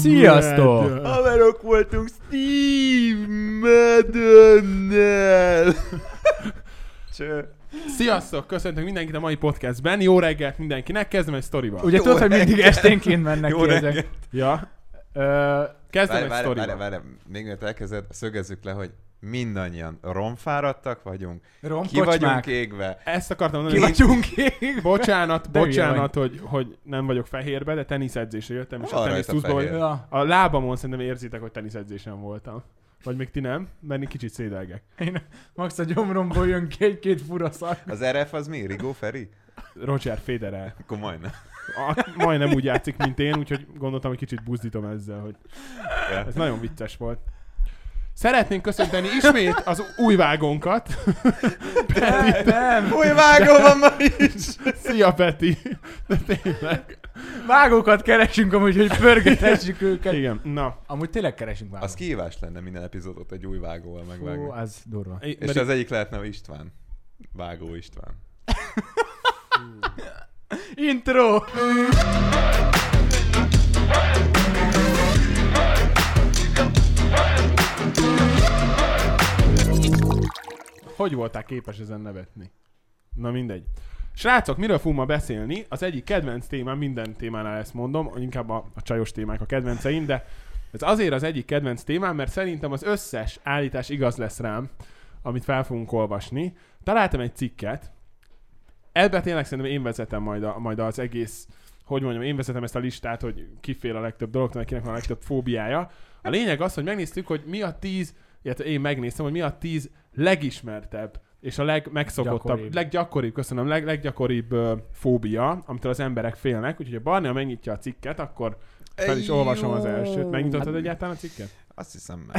Sziasztok! Haverok voltunk Steve Maddennel. Sziasztok! Köszöntök mindenkit a mai podcastben. Jó reggelt mindenkinek. Kezdem egy sztorival. Ugye tudod, hogy mindig esténként mennek Jó ki ezek. reggelt. Ja. Kezdem egy sztorival. Várj, még mielőtt elkezded, szögezzük le, hogy mindannyian romfáradtak vagyunk. Ki Romkocsmák. vagyunk égve. Ezt akartam Ki mondani. vagyunk ég. Bocsánat, hogy nem vagyok fehérbe, de teniszedzésre jöttem, és Van a rajta tenisztuszból fehér. Ja. a lábamon szerintem érzitek, hogy teniszedzésen voltam. Vagy még ti nem, mert én kicsit szédelgek. Én max a gyomromból jön ki egy-két fura szar. Az RF az mi? Rigó Feri? Roger Federer. Akkor majdnem. Majdnem úgy játszik, mint én, úgyhogy gondoltam, hogy kicsit buzdítom ezzel, hogy Ja. ez nagyon vicces volt. Szeretnénk köszönteni ismét az új vágónkat. Nem. Új vágó van ma is! Szia, Peti! De tényleg. Vágókat keresünk amúgy, hogy pörgethessük őket. Igen, na. Amúgy tényleg keresünk vágókat. Az kihívás lenne minden epizódot egy új vágóval megvágni. Ó, az durva. És az egyik lehetne István. Vágó István. Intro! Hogy voltál képes ezen nevetni? Na mindegy. Srácok, miről fogunk ma beszélni? Az egyik kedvenc témám, minden témánál ezt mondom, inkább a csajos témák a kedvenceim, de ez azért az egyik kedvenc témám, mert szerintem az összes állítás igaz lesz rám, amit fel fogunk olvasni. Találtam egy cikket, ebben tényleg szerintem én vezetem majd az egész, hogy mondjam, én vezetem ezt a listát, hogy kifél a legtöbb dologtól, kinek van a legtöbb fóbiája. A lényeg az, hogy megnéztük, hogy mi a 10, illetve én megnéztem, hogy mi a 10 legismertebb és a legmegszokottabb, leggyakoribb fóbia, amitől az emberek félnek. Úgyhogy ha Barnia megnyitja a cikket, akkor fel is olvasom az elsőt. Megnyitottad egyáltalán a cikket? Azt hiszem meg.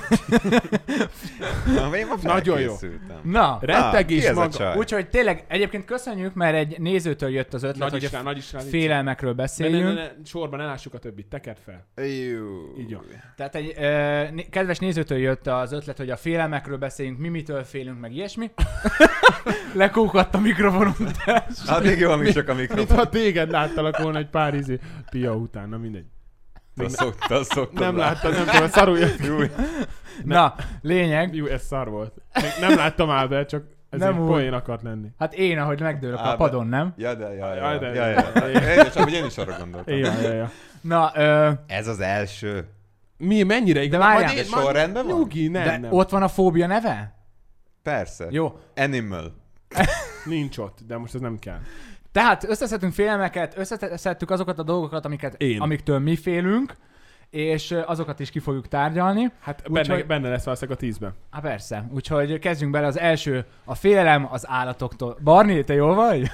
Na, én ma Nagyon jó. felkészültem. Na, Retteg ki is ez a maga. csaj? úgyhogy tényleg egyébként köszönjük, mert egy nézőtől jött az ötlet, hogy a félelmekről beszéljünk. Ne, sorban elássuk a többit, tekerd fel. Jó. Így van. Tehát egy kedves nézőtől jött az ötlet, hogy a félelmekről beszéljünk, mi mitől félünk, meg ilyesmi. Lekókadt a mikrofonunk. Addig jó, amíg csak a Mint mikrofon. ha téged láttalak volna egy pár pia után, na mindegy. Azt szoktam. Nem láttad, nem tudom, szarulj. Na, lényeg. Jó, ez szar volt. Még nem láttam Ábel, csak ezért Nem úgy. poén akart lenni. Hát én, ahogy megdőlök a Ábel. padon, nem? Ja, de. Én is arra gondoltam. Ja. Na, Ez az első. Mennyire igaz? várjál, de sorrendben van? Nyugi, de nem. ott van a fóbia neve? Persze. Jó. Animal. Nincs ott, de most ez nem kell. Tehát összeszedtünk félelmeket, összeszedtük azokat a dolgokat, amiktől mi félünk, és azokat is ki fogjuk tárgyalni. Hát Úgyhogy- benne lesz valószínűleg a 10-ben. Hát persze. Úgyhogy kezdjünk bele. Az első, a félelem az állatoktól. Barni, te jól vagy?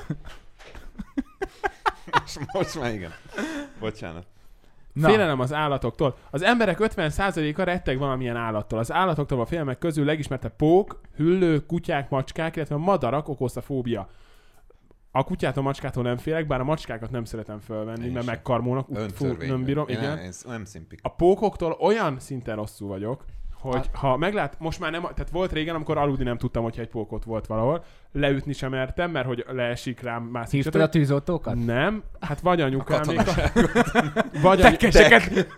Most már igen. Bocsánat. Na, Félelem az állatoktól. Az emberek 50%-a retteg valamilyen állattól. Az állatoktól a félelmek közül legismertebb pók, hüllők, kutyák, macskák, illetve a madarak okozta fóbia. A kutyától, macskától nem félek, bár a macskákat nem szeretem fölvenni, Én mert sem. megkarmolnak. Nem bírom. Igen. Én nem szimpik. A pókoktól olyan szinten rosszul vagyok, hogy ha meglát, most már nem, tehát volt régen, amikor aludni nem tudtam, hogyha egy pókot volt valahol, leütni sem mertem, mert hogy leesik rám, mászik. hívtad a tűzoltókat? Nem, hát vagy anyukámék, katonaságot. vagy Tekeseket!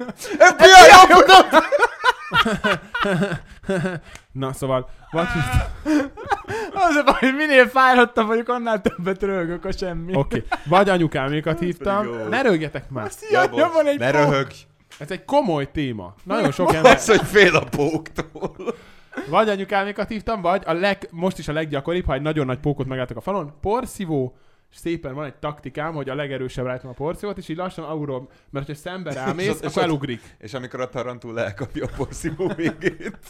Na szóval, vagy Az a baj, hogy minél fáradtabb vagyok, annál többet röhögök a semmi. oké. Vagy anyukámékat hívtam. pedig jó. Ne rögjetek már. Ja, van egy Ne pók. röhögj! Ez egy komoly téma. Nagyon sok ember. Az, hogy fél a póktól. Vagy anyukámékat hívtam, vagy most is a leggyakoribb, ha egy nagyon nagy pókot meglátok a falon, porszívó, és szépen van egy taktikám, hogy a legerősebb rájtom a porszívót, és így lassan aurom, mert ha szembe rámész, akkor elugrik. És amikor a tarantula elkapja a porszívó végét.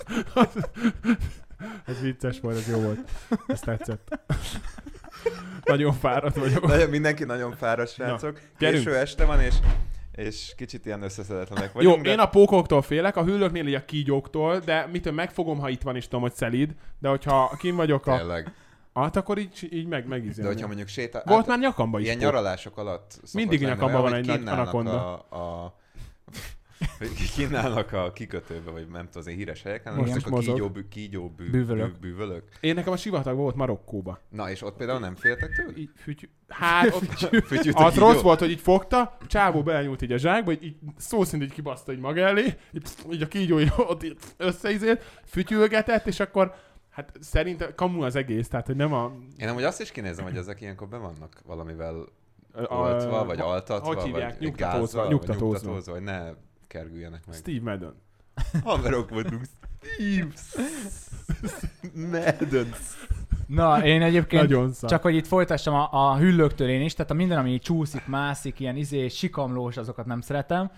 Ez vicces volt, ez jó volt. Ez tetszett. Nagyon fáradt vagyok. Mindenki nagyon fáradt, srácok. gyerünk. Késő este van, és kicsit ilyen összeszedetlenek Jó, vagyunk. én a pókoktól félek, a hüllőknél így a kígyóktól, de mitől megfogom, ha itt van, és tudom, hogy szelíd, de hogyha kim vagyok Tényleg. hát akkor így megizélni. De hogyha mondjuk sétál... Volt már nyakamba is ilyen pók. nyaralások alatt szokott Mindig lenni nyakamba olyan, van hogy egy nagy kint állnak anakonda. Kínálnak a kikötőbe, vagy nem tudom, az híres helyeken, Most most is a mozog. bűvölök. Én nekem a sivatagban volt Marokkóba. Na, és ott például nem féltek tőle? Így hát ott Fütyült a az kígyó? rossz volt, hogy így fogta, csávó belenyúlt így a zsákba, így szó szerint így kibaszta így maga elé, így a kígyó így ott így összeizélt, fütyülgetett, és akkor hát szerintem kamu az egész, tehát hogy nem a... Én amúgy azt is kinézem, hogy ezek ilyenkor be vannak valamivel oltva, vagy altatva, hogy hívják? vagy Nyugtatózva, gázzal, nyugtatózva. vagy hogy ne kergüljenek meg. Steve Madden. Haverok vagyunk. Steve Madden. Na, én egyébként Nagyon szar. csak hogy itt folytassam a hüllőktől én is, tehát a minden, ami így csúszik, mászik, ilyen sikamlós, azokat nem szeretem.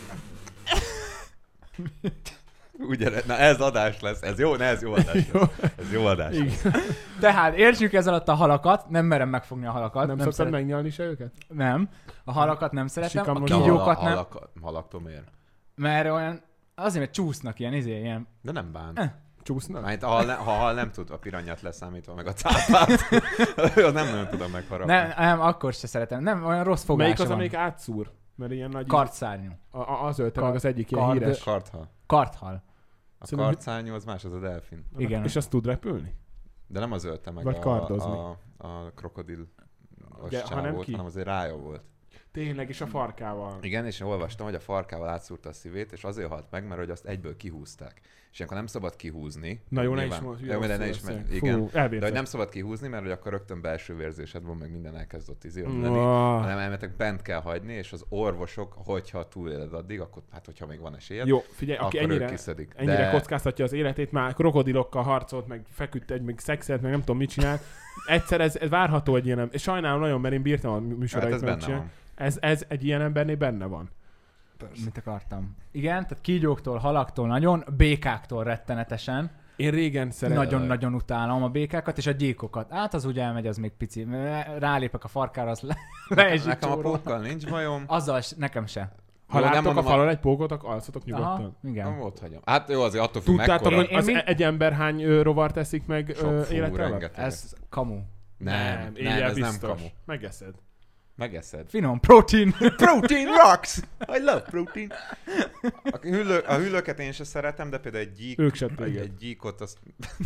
Ugye, na ez adás lesz, ez jó, ez jó adás lesz. Ez jó adás lesz. Tehát értsük ez alatt a halakat, nem merem megfogni a halakat. Nem szoktad megnyalni se őket? Nem, a halakat nem szeretem, Sikamlós. a kígyókat nem, Halaktól miért? mert olyan, azért, mert csúsznak ilyen. De nem bán. Csúsznak? Mert ha hal nem tud a piranyát leszámítva, meg a cápát, az nem nagyon tudom megharapni. Nem, akkor se szeretem. Nem, olyan rossz fogása Melyik az, van. amelyik átszúr? Mert ilyen nagy... Kartszárnyú. Az ölte meg az egyik ilyen híres. Karthal. Karthal. A Szerintem- kartszárnyú az más, az a delfin. Igen. És azt tud repülni? De nem az ölte meg Vagy kardozni. a krokodil Ugye, ha nem csávót, ki? hanem az egy rája volt. Tényleg, és a farkával. Igen, és én olvastam, hogy a farkával átszúrta a szívét, és azért halt meg, mert hogy azt egyből kihúzták. És ilyenkor nem szabad kihúzni. Na jó, ne Nyilván- is mondj. Jó, de ne is Fú, igen. De elvérzett. hogy nem szabad kihúzni, mert hogy akkor rögtön belső vérzésed van, meg minden elkezdett lenni. Ah. Hanem elmetek bent kell hagyni, és az orvosok, hogyha túléled addig, akkor hát hogyha még van esélyed, Jó, figyelj, aki akkor ők ennyire kiszedik. ennyire kockáztatja az életét, már krokodilokkal harcolt, meg feküdt meg szexelt, meg nem tudom mit csinált. Egyszer ez várható egy ilyen, és sajnálom nagyon, mert én bírtam a Hát műsorait ez benne megcsinálni. van. Ez egy ilyen embernél benne van. Mit akartam? Igen, tehát kígyóktól, halaktól nagyon, békáktól rettenetesen. Én régen szeretem. Nagyon-nagyon utálom a békákat, és a gyíkokat. Hát az úgy elmegy, az még pici. Rálépek a farkára, az leesik Nekem a csóról. pókkal nincs bajom. Azzal nekem se. Ha Jó, nem láttok a mondom, falon egy pókot, akkor alszatok nyugodtan. Aha, igen. Ott hagyom. Hát jó, azért attól függ Tudtátok, mekkora. hogy az Én egy ember hány rovar teszik meg Sok, élete alatt? rengeteg. Ez kamu. Nem, éljel ez nem biztos. kamu. Megeszed. Megeszed. Finom, protein. Protein rocks! I love protein. A hüllőket én sem szeretem, de például egy gyík... Ők se téged. Egy gyíkot az...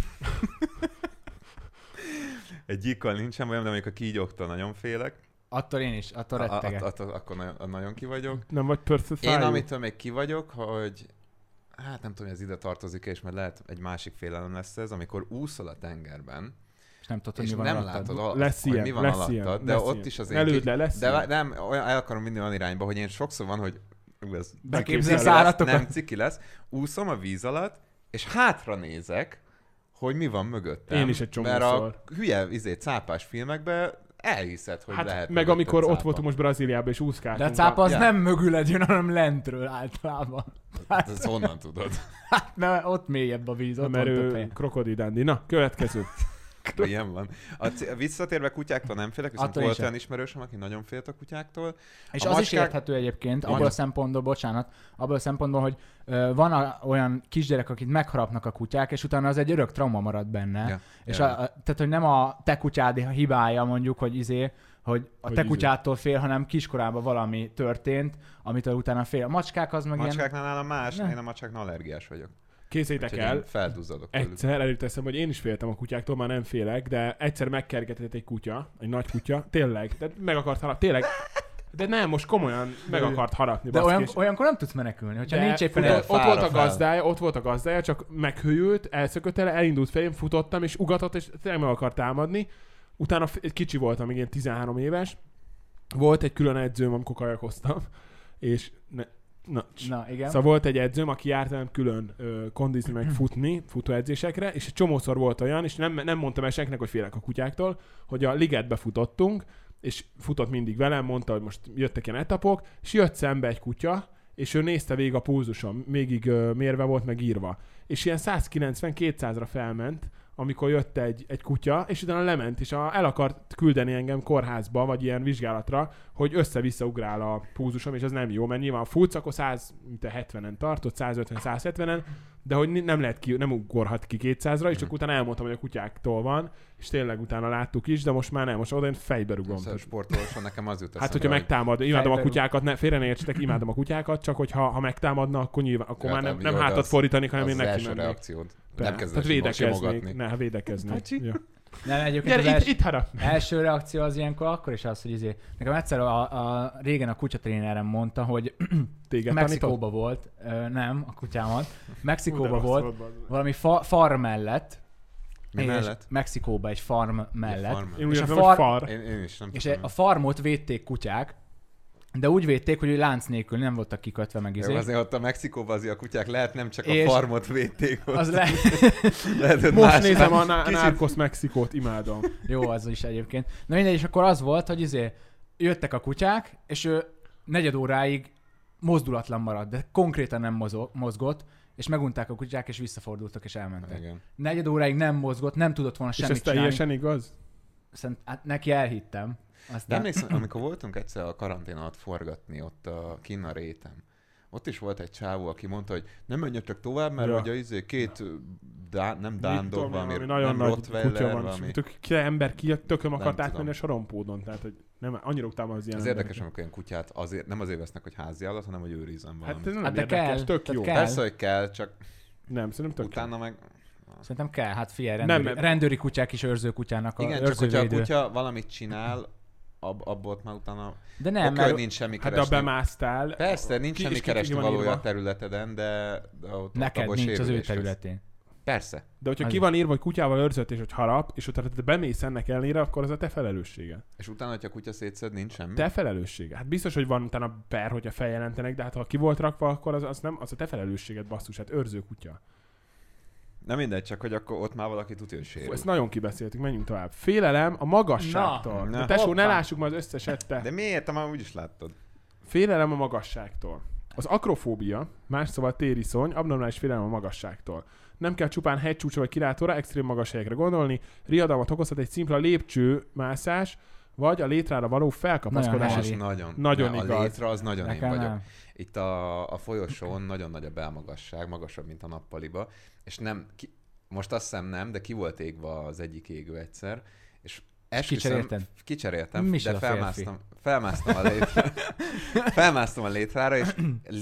egy gyíkkal nincsen bajom, de mondjuk a kígyóktól nagyon félek. Attól én is, attól rettegek. Akkor nagyon ki vagyok. Nem vagy pörszöfájú? Én amitől még ki vagyok, hogy... Hát nem tudom, hogy ez ide tartozik, és mert lehet egy másik félelem lesz ez, amikor úszol a tengerben, És nem tudod, hogy és mi van nem alattad. látod, Lesz hogy ilyen, mi van lesz alattad, ilyen, de lesz ott ilyen. is az Előd le, lesz de ilyen. nem, el akarom vinni olyan irányba, hogy én sokszor van, hogy ez Beképzelsz ciki lesz, állatokat? nem ciki lesz, úszom a víz alatt, és hátra nézek, hogy mi van mögöttem. Én is egy Mert a csomószor. hülye cápás filmekben elhiszed, hogy Hát lehet meg mögötted amikor cápa. ott voltunk most Brazíliában és úszkáltunk. De a cápa az Ja. nem mögüled jön, hanem lentről általában. Hát ezt honnan tudod? Hát ne, ott mélyebb a víz, ott mert van több ő helye. krokodil dandy. Na, következő. Ilyen van. Visszatérve kutyáktól nem félek, viszont Attól én volt sem. olyan ismerősöm, aki nagyon félt a kutyáktól. És A az is macskák- érthető egyébként, abból a Mondja. szempontból, bocsánat, abból a szempontból, hogy van olyan kisgyerek, akit megharapnak a kutyák, és utána az egy örök trauma marad benne. Ja, És ja. tehát, hogy nem a te kutyád hibája mondjuk, hogy hogy a Hogy te izé. kutyától fél, hanem kiskorában valami történt, amitől utána fél. A macskák az meg ilyen... Macskáknál nálam más, Ne. én a macskáknál allergiás vagyok. Készítek Úgyhogy el. én felduzzadok tőlük. Egyszer előteszem, hogy én is féltem a kutyáktól, már nem félek, de egyszer megkergetett egy kutya, egy nagy kutya, tényleg, de meg akart harapni, tényleg. De nem, most komolyan meg akart harapni. De baszki, és- olyankor nem tudsz menekülni, hogyha de nincs éppen futott- egy... ott volt a fára gazdája, csak meghőült, elszökött el, elindult felém, futottam, és ugatott, és tényleg meg akart támadni. Utána egy kicsi voltam, még ilyen 13 éves. Volt egy külön edzőm, amikor kajakoztam, és Na, igen. Szóval volt egy edzőm, aki járt velem külön kondizni, meg futni, futóedzésekre, és egy csomószor volt olyan, és nem mondtam el senkinek, hogy félek a kutyáktól, hogy a ligetbe futottunk, és futott mindig velem, mondta, hogy most jöttek ilyen etapok, és jött szembe egy kutya, és ő nézte végig a pulzusom, végig mérve volt, meg írva. És ilyen 190-200-ra felment, amikor jött egy kutya, és utána lement, és el akart küldeni engem kórházba, vagy ilyen vizsgálatra, hogy össze-vissza ugrál a pulzusom, és ez nem jó, mert nyilván a futsz, akkor 170-en tartott, 150-170-en, de hogy nem ugorhat ki 200-ra, és csak utána elmondtam, hogy a kutyáktól van, és tényleg utána láttuk is, de most már nem, most oda én fejbe rugom. Szóval sportolóson nekem az jut Hát, hogyha megtámad, imádom a kutyákat, félre ne értsetek, imádom a kutyákat, csak hogyha megtámadna, akkor nyilván, akkor már nem hátat fordítanék, hanem én neki mennék. Az első reakciód. Nem Tehát védekeznék. Védekeznék. Ja. Nem, egyébként gyere, itt első reakció az ilyenkor akkor is az, hogy nekem egyszer régen a kutyatrénerem mondta, hogy Mexikóba volt, nem, a kutyámat, Mexikóba volt, valami farm mellett, mi mellett? Mexikóba egy farm mellett. Én és a én is nem és a farmot védték kutyák, de úgy védték, hogy lánc nélkül nem voltak kikötve meg Jó, azért ott a Mexikóban azért a kutyák lehet nem csak a farmot védték ott. Az lehet, most nézem a Narcos Mexikót, imádom. Jó, az is egyébként. Na mindegy, és akkor az volt, hogy jöttek a kutyák, és ő negyed óráig mozdulatlan maradt, de konkrétan nem mozgott, és megunták a kutyák, és visszafordultak, és elmentek. Igen. Negyed óráig nem mozgott, nem tudott volna semmit csinálni. És ez csinálni. teljesen igaz? Hát neki elhittem. De emlékszem, amikor voltunk egyszer a karantén alatt forgatni ott kinn a réten, ott is volt egy csávó, aki mondta, hogy nem menjetek tovább, mert hogy két nem dándog, valami nagyon nem nagy rottweiler, van, valami. Ember tököm akart átmenni a sorompódon, tehát hogy nem, annyira utálom az ilyen. Ez érdekes, amikor ilyen kutyát nem azért vesznek, hogy háziállat, hanem hogy őrizem valamit. Hát ez nem érdekes, tök jó. Persze, hogy kell, csak nem, szerintem tök utána meg... Szerintem kell, hát figyelj, rendőri kutyák is őrző kutyának a igen, őrzővédő. csak hogyha a kutya valamit csinál, abból már utána... De nem, mert... nincs semmi keresni. Hát de bemásztál... Persze, nincs semmi keresni valója a területeden, de ott neked ott nincs az ő területén. Persze. De hogyha ki van írva, hogy kutyával őrzött és hogy harap, és utána te bemész ennek ellenére, akkor az a te felelőssége. És utána, hogyha a kutya szétszed, nincs semmi? Te felelőssége. Hát biztos, hogy van utána per, hogyha feljelentenek, de hát ha ki volt rakva, akkor az nem, az a te felelősséged, basszus, hát őrző kutya. Nem mindegy, csak hogy akkor ott már valaki tudja, hogy sérül. Ezt nagyon kibeszéltük, menjünk tovább. Félelem a magasságtól. Na, tesó, ne lássuk már az összeset te. De miért? Te már úgyis láttad. Félelem a magasságtól. Az akrofóbia, más szóval tériszony, abnormális félelem a magasságtól. Nem kell csupán hegycsúcsra vagy kilátóra, extrém magas helyekre gondolni. Riadalmat okozhat egy szimpla lépcsőmászás, vagy a létrára való felkapaszkodás. Nagyon igaz. A létre az nagyon nekem én vagyok. Nem. Itt a folyosón nagyon nagy a belmagasság, magasabb, mint a nappaliba, és nem, most azt hiszem nem, de ki volt égve az egyik égő egyszer, és kicseréltem, de felmásztam a létrára, és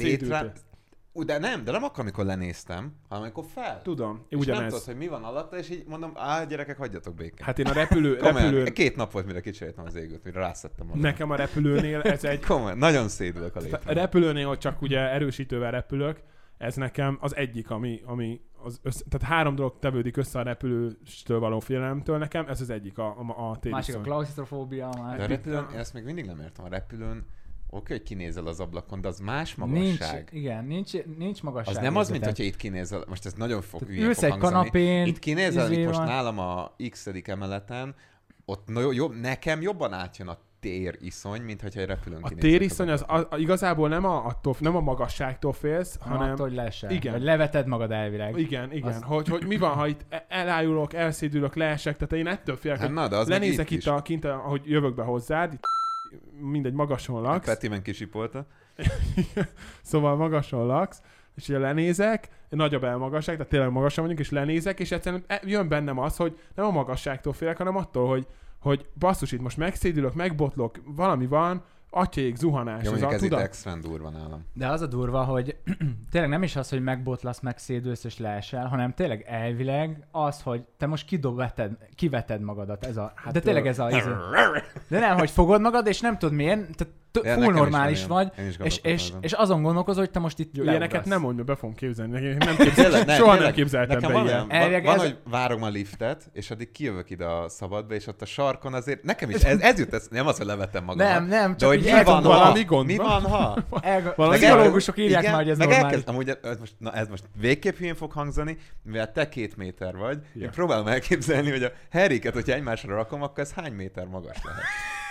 de nem akkor, amikor lenéztem, hanem amikor fel. Tudom, és ugyanez. nem tudod, hogy mi van alatta, és így mondom, gyerekek, hagyjatok békén. Hát én a repülőn... 2 nap volt, mire kicseréltem az égőt, mire rászettem magam. Nekem a repülőnél ez egy... Komolyan, nagyon szédülök a létre. A repülőnél, hogy csak ugye erősítővel repülök, ez nekem az egyik, tehát 3 dolog tevődik össze a repülőstől való félelemtől nekem, ez az egyik, a tériszony. Másik a klausztrofóbia. De a repülőn, én ezt még mindig nem értem, a repülőn oké, hogy kinézel az ablakon, de az más magasság. Nincs magasság. Az nem az, mint hogyha itt kinézel, most ez nagyon fog ülsz egy kanapén. Itt kinézel, itt most nálam a x-edik emeleten, ott nekem jobban átjön a tériszony, mint hogyha egy repülőn kinézek. A tériszony az igazából nem a magasságtól félsz, hanem... attól, hogy leesel. Igen. Vagy leveted magad elvileg. Igen. Hogy mi van, ha itt elájulok, elszédülök, leesek, tehát én ettől félek, hogy lenézek itt kint, ahogy jövök be hozzád, itt mindegy, magason laksz. Petimen kisipolta. Szóval magason laksz, és ugye lenézek, nagyobb elmagasság, tehát tényleg magasan vagyunk, és lenézek, és egyszerűen jön bennem az, hogy nem a magasságtól félek, hanem attól, hogy basszus, itt most megszédülök, megbotlok, valami van, atyaik, zuhanás. Jó, mondjuk ez itt extrán durva nálam. De az a durva, hogy tényleg nem is az, hogy megbotlasz, megszédülsz és leesel, hanem tényleg elvileg az, hogy te most kiveted magadat. De tényleg ez a... De nem, hogy fogod magad, és nem tudod milyen, full normális vagy, és azon gondolkozol, hogy te most itt leugrasz. Ilyeneket nem mondj, be fogom képzelni. Soha nem képzeltem be ilyen. Van, hogy várom a liftet, és addig kijövök ide a szabadba, és ott a sarkon azért, nekem is ez jut, nem az, hogy levetem magam. Nem, csak hogy mi van, ha? Valami pszichológusok írják már, hogy ez normális. Amúgy ez most végképp hülyén fog hangzani, mivel te 2 méter vagy, én próbálom elképzelni, hogy a Harryket, hogyha egymásra rakom, akkor ez hány méter magas lehet.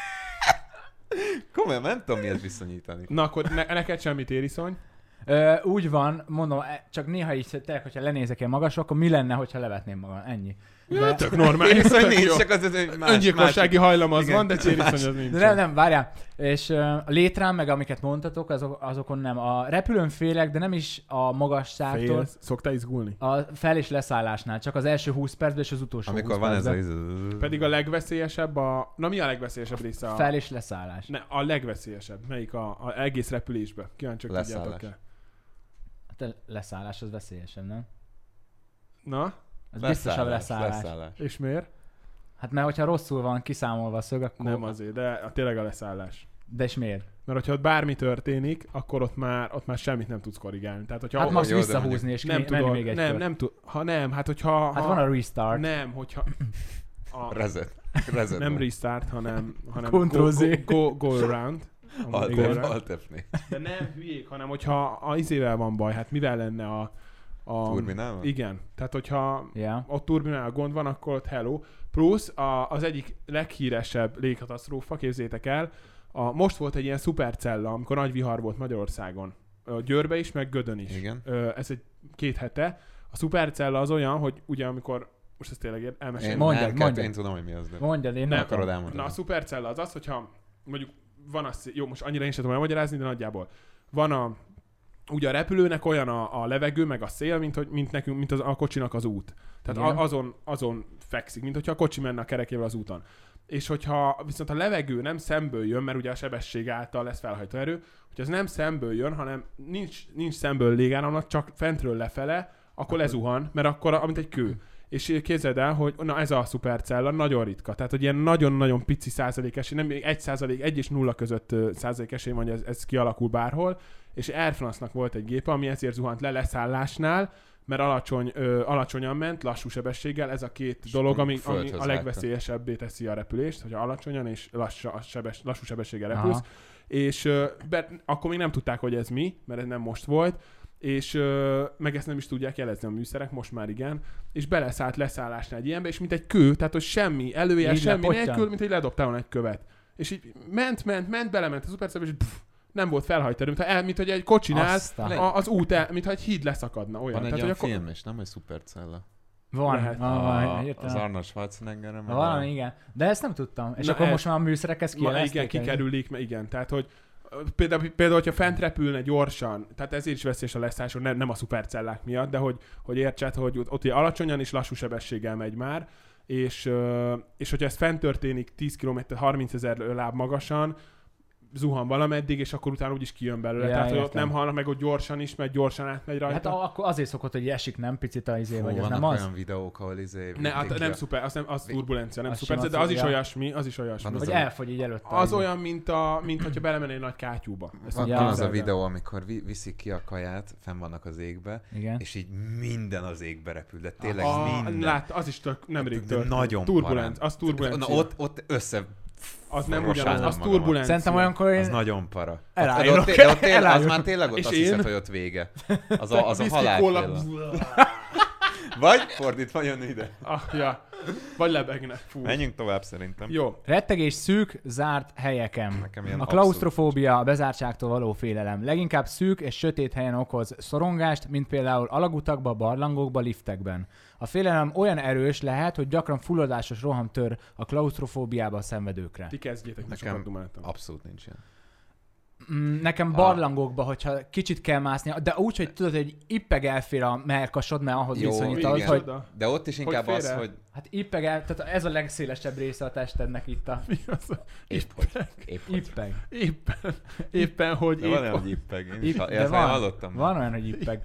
Komolyan, nem tudom miért viszonyítani. Na akkor neked semmi tériszony? Úgy van, mondom, csak néha így tényleg, hogyha lenézek ilyen magasra, akkor mi lenne, hogyha levetném magam? Ennyi. De... Tök normális. Tériszony nincs, csak az öngyilkossági hajlam az van, de tériszony az nincs. De nem, várjál. És a létrán, meg amiket mondtatok, azokon nem. A repülőn félek, de nem is a magasságtól. Szoktál izgulni? A fel- és leszállásnál. Csak az első 20 percben és az utolsó amikor 20 van percben. ez a... Pedig a legveszélyesebb Na mi a legveszélyesebb része? Fel- és leszállás. Ne, a legveszélyesebb. Melyik a egész repülésbe? Kíváncsiak tudjátok el. Hát a leszállás az veszélyesebb, nem? Na? Az biztos a leszállás. És miért? Hát mert hogyha rosszul van kiszámolva a szög, akkor... Nem azért, de tényleg a leszállás. De és miért? Mert hogyha ott bármi történik, akkor ott már semmit nem tudsz korrigálni. Tehát, hogyha hát most visszahúzni és nem menni még egy nem tud. Hát hogyha... Hát van a restart. Nem, hogyha... Reset. Nem restart, hanem Ctrl-Z. Go around. Alt F4. De nem hülyék, hanem hogyha az izével van baj, hát mivel lenne a turbinával? Igen. Tehát, hogyha ott turbinál gond van, akkor ott hello. Plusz az egyik leghíresebb légkatasztrófa, képzétek el, most volt egy ilyen szupercella, amikor nagy vihar volt Magyarországon. Győrbe is, meg Gödön is. Igen. Ez egy 2 hete. A szupercella az olyan, hogy ugye amikor most ezt tényleg elmesélem. Mondjad. Én tudom, hogy mi az. Mondjad, én nem akarod elmondani. Na, a szupercella az, hogyha mondjuk van az, jó, most annyira én sem tudom elmagyarázni, de nagyjából van ugye a repülőnek olyan a levegő, meg a szél, mint a kocsinak az út. Tehát azon fekszik, mint hogyha a kocsi menne a kerekével az úton. És hogyha viszont a levegő nem szemből jön, mert ugye a sebesség által lesz felhajtó erő, hogyha ez nem szemből jön, hanem nincs szemből légáramlat, csak fentről lefele, akkor lezuhan, mert akkor mint egy kő. És képzeld el, hogy na ez a szupercella nagyon ritka. Tehát, hogy ilyen nagyon-nagyon pici százalék esély, nem 1%, 1 és 0 között százalék esély van, hogy ez kialakul bárhol. És Air France-nak volt egy gépe, ami ezért zuhant le leszállásnál, mert alacsonyan ment, lassú sebességgel. Ez a két dolog, ami a legveszélyesebbé teszi a repülést, hogyha alacsonyan és lassú sebességgel repülsz. És akkor még nem tudták, hogy ez mi, mert ez nem most volt. És meg ezt nem is tudják jelezni a műszerek, most már igen, és beleszállt leszállásnál egy ilyenbe, és mint egy kő, tehát hogy semmi előjel, semmi nélkül, mint hogy ledobtál volna egy követ. És így ment, belement a szupercella, és nem volt felhajtó, mint hogy egy kocsinál az út, mintha egy híd leszakadna. Olyan. Van egy olyan film, és nem, hogy szupercella. Van. Az Arnold Schwarzeneggerre. Valami, igen. De ezt nem tudtam. És akkor most már a műszerek ezt kijelezték. Igen, kikerülik, igen. Tehát, hogy például, hogyha fent repülne gyorsan, tehát ezért is veszélyes a leszállás, nem a szupercellák miatt, de hogy értsed, hogy ott alacsonyan és lassú sebességgel megy már, és hogyha ez fent történik 10 km, 30 000 láb magasan, zuhan valameddig, és akkor utána úgyis kijön belőle. Tehát, hogy ott nem halnak meg, ott gyorsan is, mert gyorsan átmegy rajta. Hát akkor azért szokott, hogy esik, nem picit az izé, vagy ez nem az? Az? Olyan videók, ahol izé... Nem szuper, az turbulencia, nem szuper, de az is olyasmi, Vagy elfogy így előtte. Az olyan, mint hogyha belemennél egy nagy kátyúba. Van az a videó, amikor viszik ki a kaját, fenn vannak az égbe, és így minden az égbe repül, de tényleg minden. Lát, az is nemrég történt. Nagyon turbulencia. Az turbulencia. Ott össze... Az nem ugyanaz, az turbulencia. Szerintem olyankor Az nagyon para. Elállok. Az már tényleg ott azt hiszed, hogy ott vége. Az a halál. Vagy fordítva jön ide. Vagy lebegne. Menjünk tovább szerintem. Jó. Rettegés szűk, zárt helyeken. A klausztrofóbia, a bezártságtól való félelem. Leginkább szűk és sötét helyen okoz szorongást, mint például alagutakba, barlangokba, liftekben. A félelem olyan erős lehet, hogy gyakran fulladásos roham tör a klausztrofóbiába szenvedőkre. Ti kezdjétek, nekem abszolút nincs ilyen. Nekem barlangokba, hogyha kicsit kell mászni, de úgy, hogy tudod, hogy ippeg elfér a melkasod, mert ahhoz viszonyítod, hogy... De ott is inkább az, hogy... Hát ippeg el, tehát ez a legszélesebb része a testednek itt a... Mi az? Ippeg. Éppen, hogy... De van olyan, hogy ippeg. Én hallottam. Van olyan, hogy ippeg.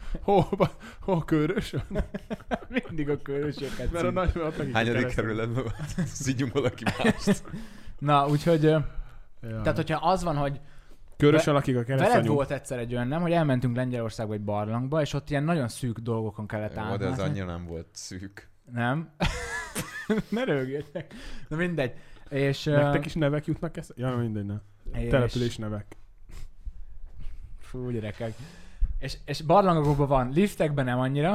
Hol körös? Mindig a körösöket. Mert a nagyokat meg hányadik kerületben szígyunk valaki mást. Na, úgyhogy... Tehát, hogyha az van, hogy körösen lakik a keresztanyú. Veled volt egyszer egy olyan, nem, hogy elmentünk Lengyelországba egy barlangba, és ott ilyen nagyon szűk dolgokon kellett átmászni. De az annyira nem volt szűk. Nem? Ne rögjetek. Na mindegy. És, nektek is nevek jutnak ezt? Ja, mindegy, nem. Település nevek. Fú, gyerekek. És barlangokban van, liftekben nem annyira,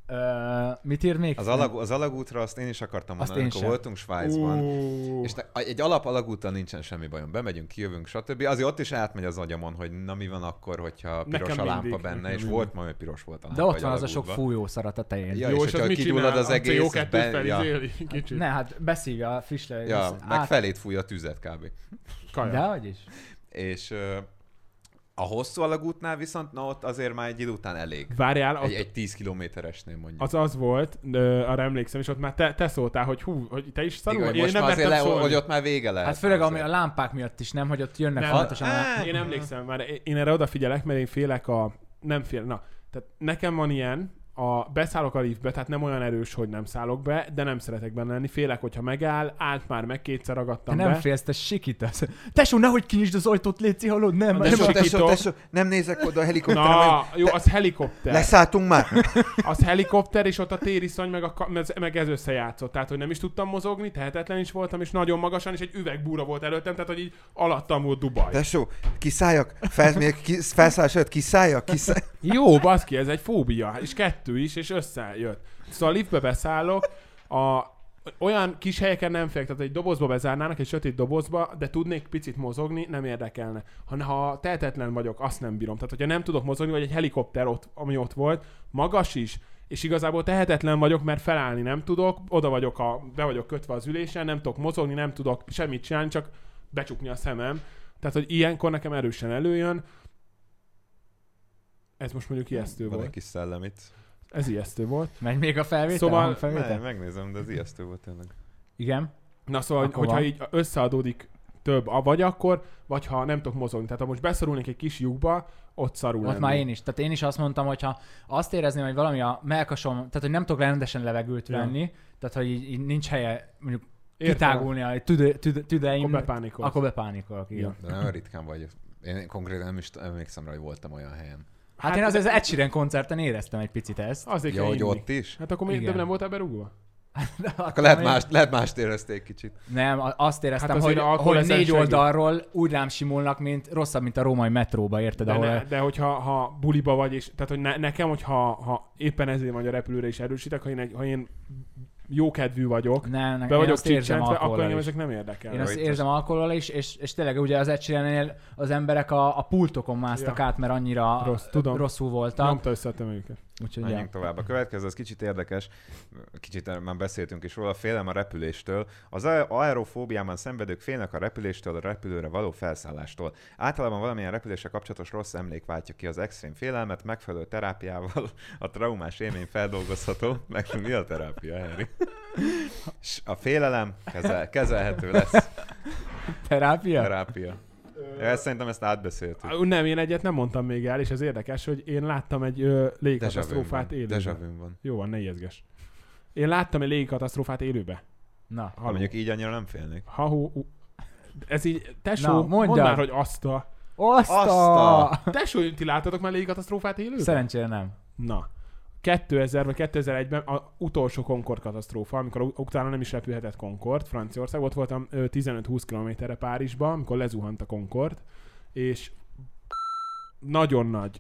Mit ír még? Az alagútra azt én is akartam mondani, amikor voltunk Svájcban. És egy alagúttal nincsen semmi bajom. Bemegyünk, kijövünk, stb. Azért ott is átmegy az agyamon, hogy na mi van akkor, hogyha piros a lámpa benne, és volt majd, hogy piros volt a lámpa. De ott van az a sok fújószarat a tején. Ja, jó, és hogyha kigyullad az egész, ne, hát beszívja a frissre. Ja, meg felét fújja a tüzet kb. Dehogy is. És a hosszú alagútnál viszont, na ott azért már egy idő után elég. Várjál, egy 10 kilométeresnél mondjuk. Az volt, arra emlékszem, és ott már te szóltál, hogy hogy te is szarul. Igen, most már azért hogy ott már vége lehet. Hát főleg a lámpák miatt is, nem, hogy ott jönnek folyamatosan. Én emlékszem, már én erre odafigyelek, mert én félek tehát nekem van ilyen, beszállok a liftbe, tehát nem olyan erős, hogy nem szállok be, de nem szeretek benne lenni. Félek, hogyha megáll, állt már meg, kétszer ragadtam be. Nem félsz, te sikítasz. Tesó, nehogy kinyisd az ajtót, léci, hallod? Nem, tesó, nem nézek oda a helikopterre. Na, jó, az helikopter. Leszálltunk már. Az helikopter, és ott a tériszony, meg ez összejátszott. Tehát, hogy nem is tudtam mozogni, tehetetlen is voltam, és nagyon magasan, és egy üvegbúra volt előttem, tehát, hogy így alattam volt Dubaj. Tesó, kiszálljak? Felszállás előtt kiszálljak? Jó, baszki, ez egy fóbia, és 2 is, és összejött. Szóval a liftbe beszállok, olyan kis helyeken nem félek, tehát egy dobozba bezárnának, egy sötét dobozba, de tudnék picit mozogni, nem érdekelne. Ha tehetetlen vagyok, azt nem bírom. Tehát, hogyha nem tudok mozogni, vagy egy helikopter ott, ami ott volt, magas is, és igazából tehetetlen vagyok, mert felállni nem tudok, be vagyok kötve az ülésen, nem tudok mozogni, nem tudok semmit csinálni, csak becsukni a szemem. Tehát, hogy ilyenkor nekem erősen előjön. Ez most mondjuk ijesztő volt. Van egy kis szellemit. Ez ijesztő volt. Megy még a felvétel? Szóval... megnézem, de ez ijesztő volt tényleg. Igen. Na szóval, hogyha így összeadódik több, vagy akkor, vagy ha nem tudok mozogni. Tehát ha most beszorulnék egy kis lyukba, ott szarul lenni. Ott már én is. Tehát én is azt mondtam, hogyha azt érezném, hogy valami a mellkasom, tehát hogy nem tudok rendesen levegőt venni, tehát hogy így nincs helye mondjuk kitágulni a tüdeim, akkor bepánikolok. Ja. De nagyon ritkán vagy. Én konkrétan nem is emlékszem rá, hogy voltam olyan helyen. Hát én az Ed Sheeran koncerten éreztem egy picit ezt. Azért hogy ott is? Hát akkor még nem voltál berúgva? Akkor lehet mást érezték kicsit. Nem, azt éreztem, hogy 4 oldalról úgy rám simulnak, mint rosszabb, mint a római metróba, érted? De hogyha buliba vagy, és tehát hogy nekem, hogyha éppen ezért vagy a repülőre is erősítek, ha én jókedvű vagyok, be vagyok csicsentve, akkor engem ezek nem érdekel. Én azt érzem alkohollal is, és tényleg ugye az Ed Sheerannél az emberek a pultokon másztak át, mert annyira rosszul voltak. Nyomta össze a tömegüket. Menjünk tovább. A következő az kicsit érdekes, kicsit már beszéltünk is róla, félem a repüléstől. Az aerofóbiában szenvedők félnek a repüléstől, a repülőre való felszállástól. Általában valamilyen repüléssel kapcsolatos rossz emlék váltja ki az extrém félelmet, megfelelő terápiával a traumás élmény feldolgozható. Meg mi a terápia, Henry? A félelem kezelhető lesz. Terápia? Szerintem ezt átbeszéltük. Nem, én egyet nem mondtam még el, és ez érdekes, hogy én láttam egy légikatasztrófát élőben. Déjà vu van. Jó van, ne ijeszges. Én láttam egy légikatasztrófát élőben. Na. Ha mondjuk így annyira nem félnék. Ez így, tesó, mondd már, hogy azt a... Tesó, ti láttatok már légikatasztrófát élőben? Szerencsére nem. Na. 2000 vagy 2001-ben az utolsó Concorde katasztrófa, amikor utána nem is repülhetett Concorde, Franciaország. Ott voltam 15-20 kilométerre Párizsban, amikor lezuhant a Concorde, és nagyon nagy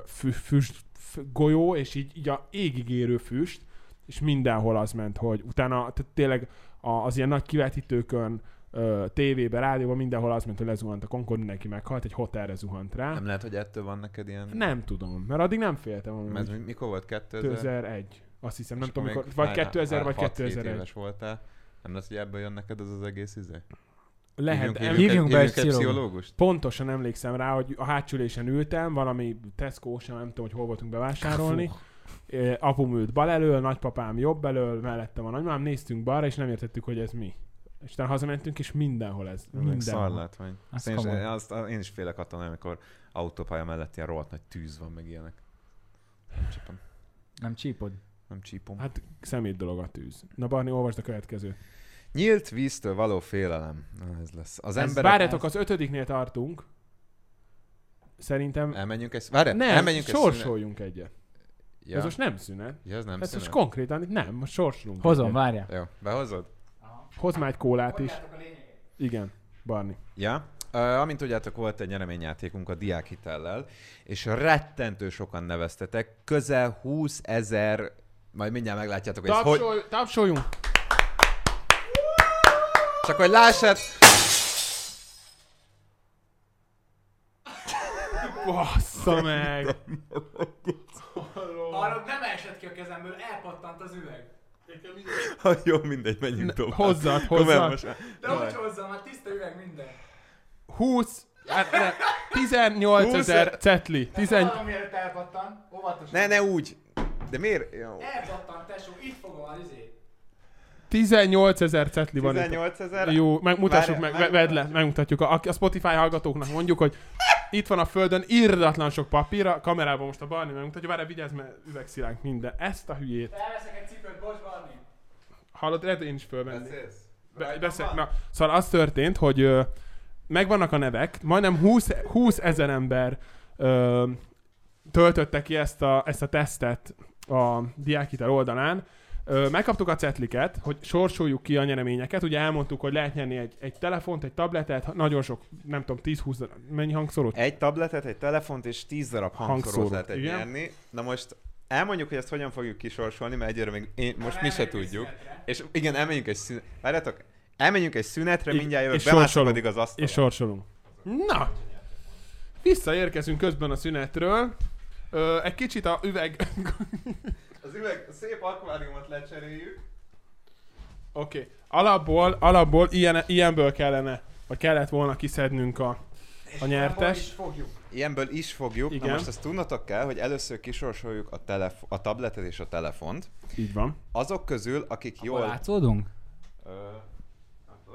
golyó, és így a égig érő füst, és mindenhol az ment, hogy utána tényleg az ilyen nagy kivetítőkön, tévében, rádióban, mindenhol az ment, hogy lezuhant a Concorde, mindenki meghalt, egy hotelre zuhant rá. Nem lehet, hogy ettől van neked ilyen... Nem tudom, mert addig nem féltem. Ez mikor volt? 2001. Azt hiszem, nem tudom mikor. Vagy 2000, vagy 2001. éves voltál. Nem lesz, hogy ebből jön neked az egész izé? Lehet. Hívjunk be egy pszichológust. Pontosan emlékszem rá, hogy a hátsülésen ültem, valami Tesco-san, nem tudom, hogy hol voltunk bevásárolni. Apum ült bal elől, nagypapám jobb elől, mellettem a nagymám, néztünk balra, és nem értettük, hogy ez mi. És utána hazamentünk, és mindenhol ez. Szarlátvány. Én is félek attól, amikor autópálya mellett ilyen rohadt nagy tűz van, meg ilyenek. Nem csípod? Nem csípom. Hát szemét dolog a tűz. Na Barni, olvasd a következőt. Nyílt víztől való félelem. Ez lesz. Az emberek... Várjátok, az 5-nél tartunk. Szerintem... Elmenjünk egy... sorsoljunk egyet. Ja. Ez most nem szünet. Ja, ez nem szünet. Most konkrétan nem, most sorsolunk. Hozom, várjál. Jó, behozod? Hozd már egy kólát is. Igen, Barni. Ja. Amint tudjátok, volt egy nyereményjátékunk a diákhitellel, és rettentő sokan neveztetek. Közel 20 000 Majd mindjárt meglátjátok, hogy ez hogy... Tapsoljunk! Csak hogy lássad... Bassza meg! Arra nem esett ki a kezemből, elpattant az üveg. Jó, mindegy, menjünk tovább. Hozzad. De hogy hozzam, hát tiszta üveg minden. 18 000 cetli. Valamiért elpattant, óvatosan. Ne úgy. De miért? Elpattant, tesó, itt fogom az izét. 18 000 cetli van 18 000? Jó, megmutassuk vedd le, megmutatjuk. A Spotify hallgatóknak mondjuk, hogy itt van a földön irdatlan sok papír, a kamerában most a Barni megmutatja, várj, vigyázz, mert üvegszilánk minden. Ezt a hülyét. Elveszek egy cipőt, bocs, Barni. Hallod, lehet, én is fölvenni. Beszélsz? Na, szóval az történt, hogy megvannak a nevek, majdnem 20 000 ember töltötte ki ezt a tesztet a Diákhitel oldalán. Megkaptuk a cetliket, hogy sorsoljuk ki a nyereményeket. Ugye elmondtuk, hogy lehet nyerni egy telefont, egy tabletet, nagyon sok, nem tudom, 10-20, mennyi hangszórót? Egy tabletet, egy telefont és 10 darab hangszórót lehet nyerni. Na most elmondjuk, hogy ezt hogyan fogjuk kisorsolni, mert egyre még most mi se tudjuk. És igen, elmenjünk egy szünetre. Várjátok, elmenjünk egy szünetre, mindjárt jövök, bemásolkodik az asztalon. És sorsolunk. Na! Visszaérkezünk közben a szünetről. Egy kicsit a üveg... Az üveg, a szép akváriumot lecseréljük. Oké. Alapból ilyenből kellett volna kiszednünk a nyertes. Ilyenből is fogjuk. Igen. Na most azt tudnotok kell, hogy először kisorsoljuk a tabletet és a telefont. Így van. Azok közül, akik akkor jól... látszódunk? Nem tudom.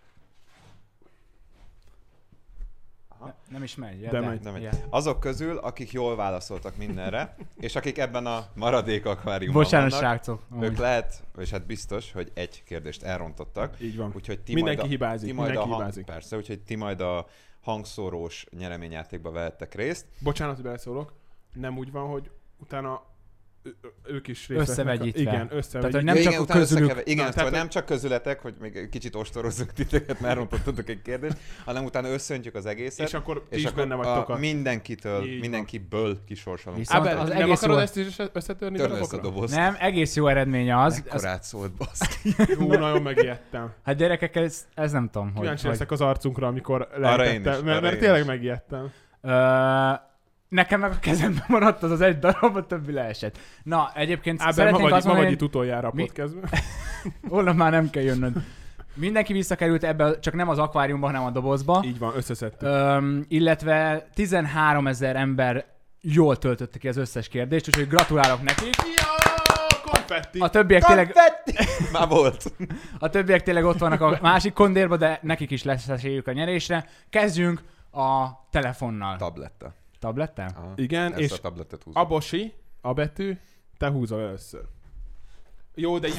Nem is megy. De megy. Nem. Azok közül, akik jól válaszoltak mindenre, és akik ebben a maradék akváriumban bocsánat, vannak, srácok. ők lehet, és hát biztos, hogy egy kérdést elrontottak. Így van. Úgyhogy ti mindenki hibázik. Persze, úgyhogy ti majd a hangszórós nyereményjátékba vehettek részt. Bocsánat, hogy beleszólok. Nem úgy van, hogy utána ők is részt összevegyítve. Igen, összevegyítve. Tehát, hogy nem csak közülük. Igen, szóval nem csak közületek, hogy még kicsit ostorozzunk titeket, mert rontottatok egy kérdést, hanem utána összöntjük az egészet. És akkor ti is benne vagytok. Mindenkiből kisorsolunk. Viszont az nem akarod ezt is összetörni? Törni össze a dobozt. Nem, egész jó eredménye az. Ekkorát szólt, baszki. Hú, nagyon megijedtem. Hát gyerekek, ez nem tudom, hogy... Kíváncsi leszek az arcunkra, amikor lehetettem, mert tényleg megijedtem. Nekem meg a kezemben maradt az egy darab, a többi leesett. Na, egyébként szeretnénk azt mondani, hogy... utoljára a podcastben. Onnan már nem kell jönnöd. Mindenki visszakerült ebbe, csak nem az akváriumba, hanem a dobozba. Így van, összeszedtük. Illetve 13 000 ember jól töltötte ki az összes kérdést, úgyhogy gratulálok nekik. Konfetti! A többiek tényleg... Már volt. A többiek tényleg ott vannak a másik kondérba, de nekik is lesz esélyük a nyerésre. Kezdjünk a telefonnal. Tablettel? Igen, ezt és a tabletet húzom. a bosi, a betű, te húzol először. Jó, de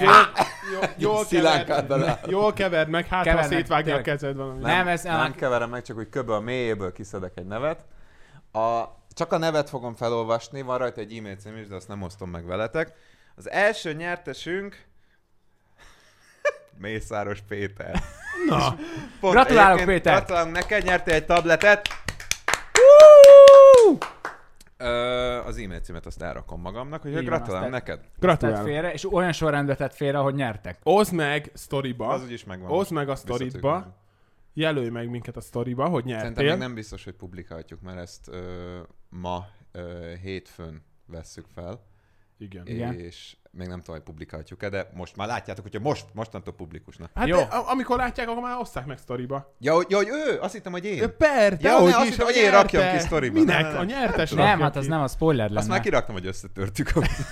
jól keverd meg, hát ha szétvágja a kezed valami. Nem keverem meg, csak úgy kb. A mélyéből kiszedek egy nevet. Csak a nevet fogom felolvasni, van rajta egy e-mail cím is, de azt nem osztom meg veletek. Az első nyertesünk... Mészáros Péter. Na. Gratulálok, Péter! Gratulálunk neked, nyertél egy tabletet. Az e-mail címet azt elrakom magamnak, hogy gratulálom neked. Gratulálok. Félre, és olyan sorrendbe tett félre, hogy nyertek. Oszd meg sztoriba. Az úgyis megvan. Oszd meg a sztoriba. Jelölj meg minket a sztoriba, hogy nyertél. Szerintem még nem biztos, hogy publikáljuk, mert ezt ma hétfőn vesszük fel. Igen. És még nem tudom, hogy publikáljuk-e, de most már látjátok, hogyha mostantól publikusnak. Hát jó. Amikor látják, akkor már osszák meg sztoriba. Ja, hogy ő? Azt hittem, hogy én. Azt hittem, hogy én rakjam ki sztoriba. Minek? A nyertes rakja nem, hát az nem a spoiler lenne. Azt már kiraktam, hogy összetörtük.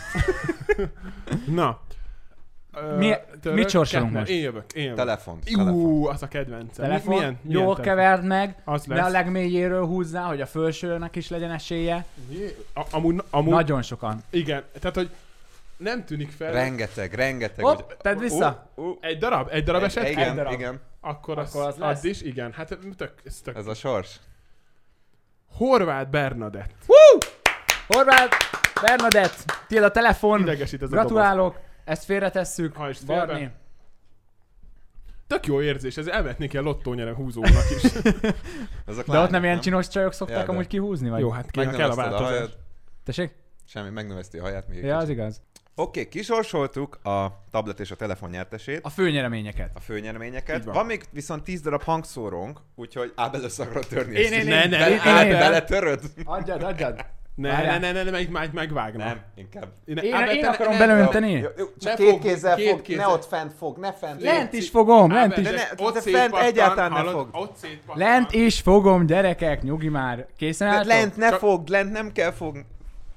Na. Mit sorsolunk most? Én jövök. Telefont. Az a kedvencem. Milyen jól keverd meg, de a legmélyéről húzzá, hogy a felsőnek is legyen esélye. Amúgy... Nagyon sokan. Igen, tehát hogy nem tűnik fel. Rengeteg. Hopp, tedd vissza. Egy darab esett? Igen. Akkor az lesz? Is, igen. Hát ez tök. Ez a sors. Horváth Bernadett. Horváth Bernadett, tiéd a telefon. Idegesít ez gratulálok. Ezt félretesszük. Barni. Tök jó érzés, ez elvetnék ilyen lottónyere húzónak is. De ott nem ilyen csinos csajok szokták amúgy kihúzni? Vagy? Jó, hát kell a változás. Tessék? Semmi, megnöveszti a haját még. Ja, az igaz. Oké, kisorsoltuk a tablet és a telefon nyertesét. A főnyereményeket. A főnyereményeket. Van még viszont 10 darab hangszórónk, úgyhogy Ábel össze akarod törni. Én. Beletöröd? Adjad. Ne, itt megvágnám. Nem, inkább. Én akarom beleönteni. Csak két kézzel fog, ne ott fent fog, ne fent. Lent is fogom, lent is. De fent egyáltalán ne fog. Lent is fogom, gyerekek, nyugi már. Készen álltok? Lent ne fogd, lent nem kell fogni.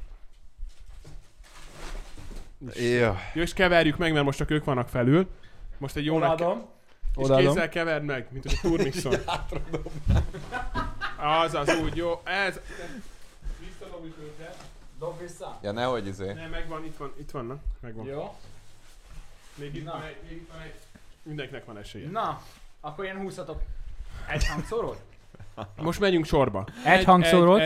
Jó, és keverjük meg, mert most csak ők vannak felül. Most egy jó és kézzel keverd meg, mint a Turmixon. Azaz, úgy, jó. Ez... Visszadom is őket. Dob vissza. Ja, nehogy Ne, megvan, itt vannak. Megvan. Jó. Még itt van egy. Mindenkinek van esélye. Na, akkor ilyen húzhatok egy hangszórót? Most megyünk sorba. Egy hangszórót.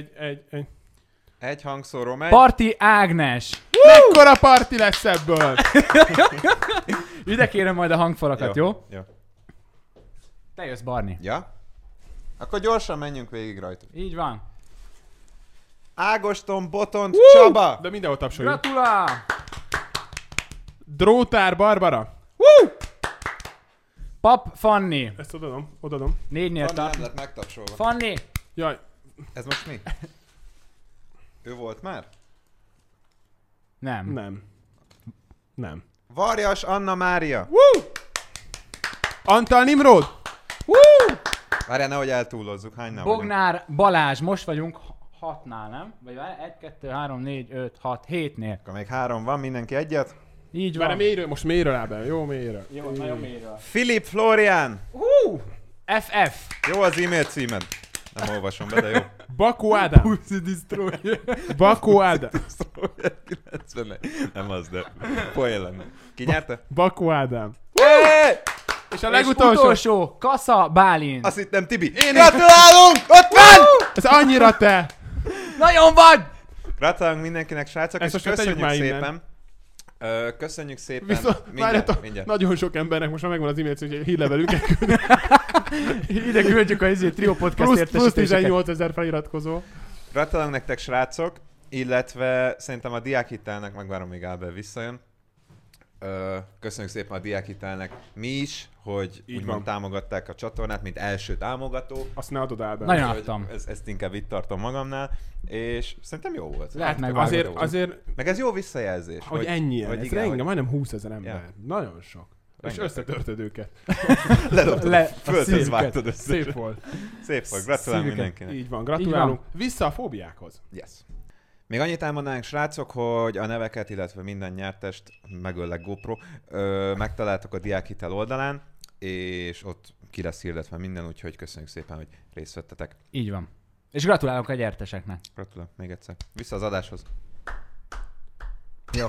Egy hangszóró megy. Parti Ágnes! Mekkora parti lesz ebből? Ide kérem majd a hangfalakat, jó? Jó. Te jössz, Barni. Ja? Akkor gyorsan menjünk végig rajta. Így van. Ágoston, Botont, Csaba! De mindenhol tapsoljuk. Gratulál! Drótár Barbara. Pap Fanni. Ezt odadom. 4-nél tart. Nem lett megtapsolva. Fanni! Jaj. Ez most mi? Ő volt már? Nem. Varjas Anna Mária. Antal Nimród. Várjál, nehogy eltúlozzuk. Hánynál Bognár Balázs. Most vagyunk 6-nál, nem? Vagy 1, 2, 3, 4, 5, 6, 7-nél. Akkor még 3 van, mindenki egyet. Így van. Most mélyről áll be. Jó, mélyről. Jó, nagyon mélyről. Filip Florian. FF. Jó az e-mail címed. Nem olvasom be, de jó. Baku Ádám. Pussy Destroyer. Baku Ádám. Nem az, de poén lenne. Ki nyerte? Baku Ádám. És a És legutolsó. utolsó, Kassa Bálint. Azt hittem Tibi. Gratulálunk! Ott van! Ez annyira te. Nagyon vagy! Gratulálunk mindenkinek, srácok, Ezt és most köszönjük tegyük már szépen. Köszönjük szépen. Viszont, Mindjárt. nagyon sok embernek most már megvan az e-mail, hogy hírlevelünket küld. Ide küldjük a Trio Podcast Plusz értesítéseket. 18 000 feliratkozó. Gratulálunk nektek, srácok, illetve szerintem a diákhitelnek, megvárom, még Ábel visszajön. Köszönjük szépen a diákhitelnek mi is, hogy úgymond támogatták a csatornát, mint első támogató. Azt ne adod Ábel. Nagyon adtam. Ezt inkább itt tartom magamnál, és szerintem jó volt. Lehet Azért, meg ez jó visszajelzés. hogy ennyi, ez igen, rengeteg, majdnem 20 000 ember. Ja. Nagyon sok. És összetörted őket. Ledobtad, földhöz vágtad össze. Szép volt. Szép volt, gratulálunk mindenkinek. Így van, gratulálunk. Vissza a fóbiákhoz. Yes. Még annyit elmondanánk, srácok, hogy a neveket, illetve minden nyertest, megöllek GoPro, megtaláltok a Diákhitel oldalán, és ott ki lesz hirdetve minden, úgyhogy köszönjük szépen, hogy részt vettetek. Így van. És gratulálok a gyerteseknek. Gratulálok még egyszer. Vissza az adáshoz. Jó.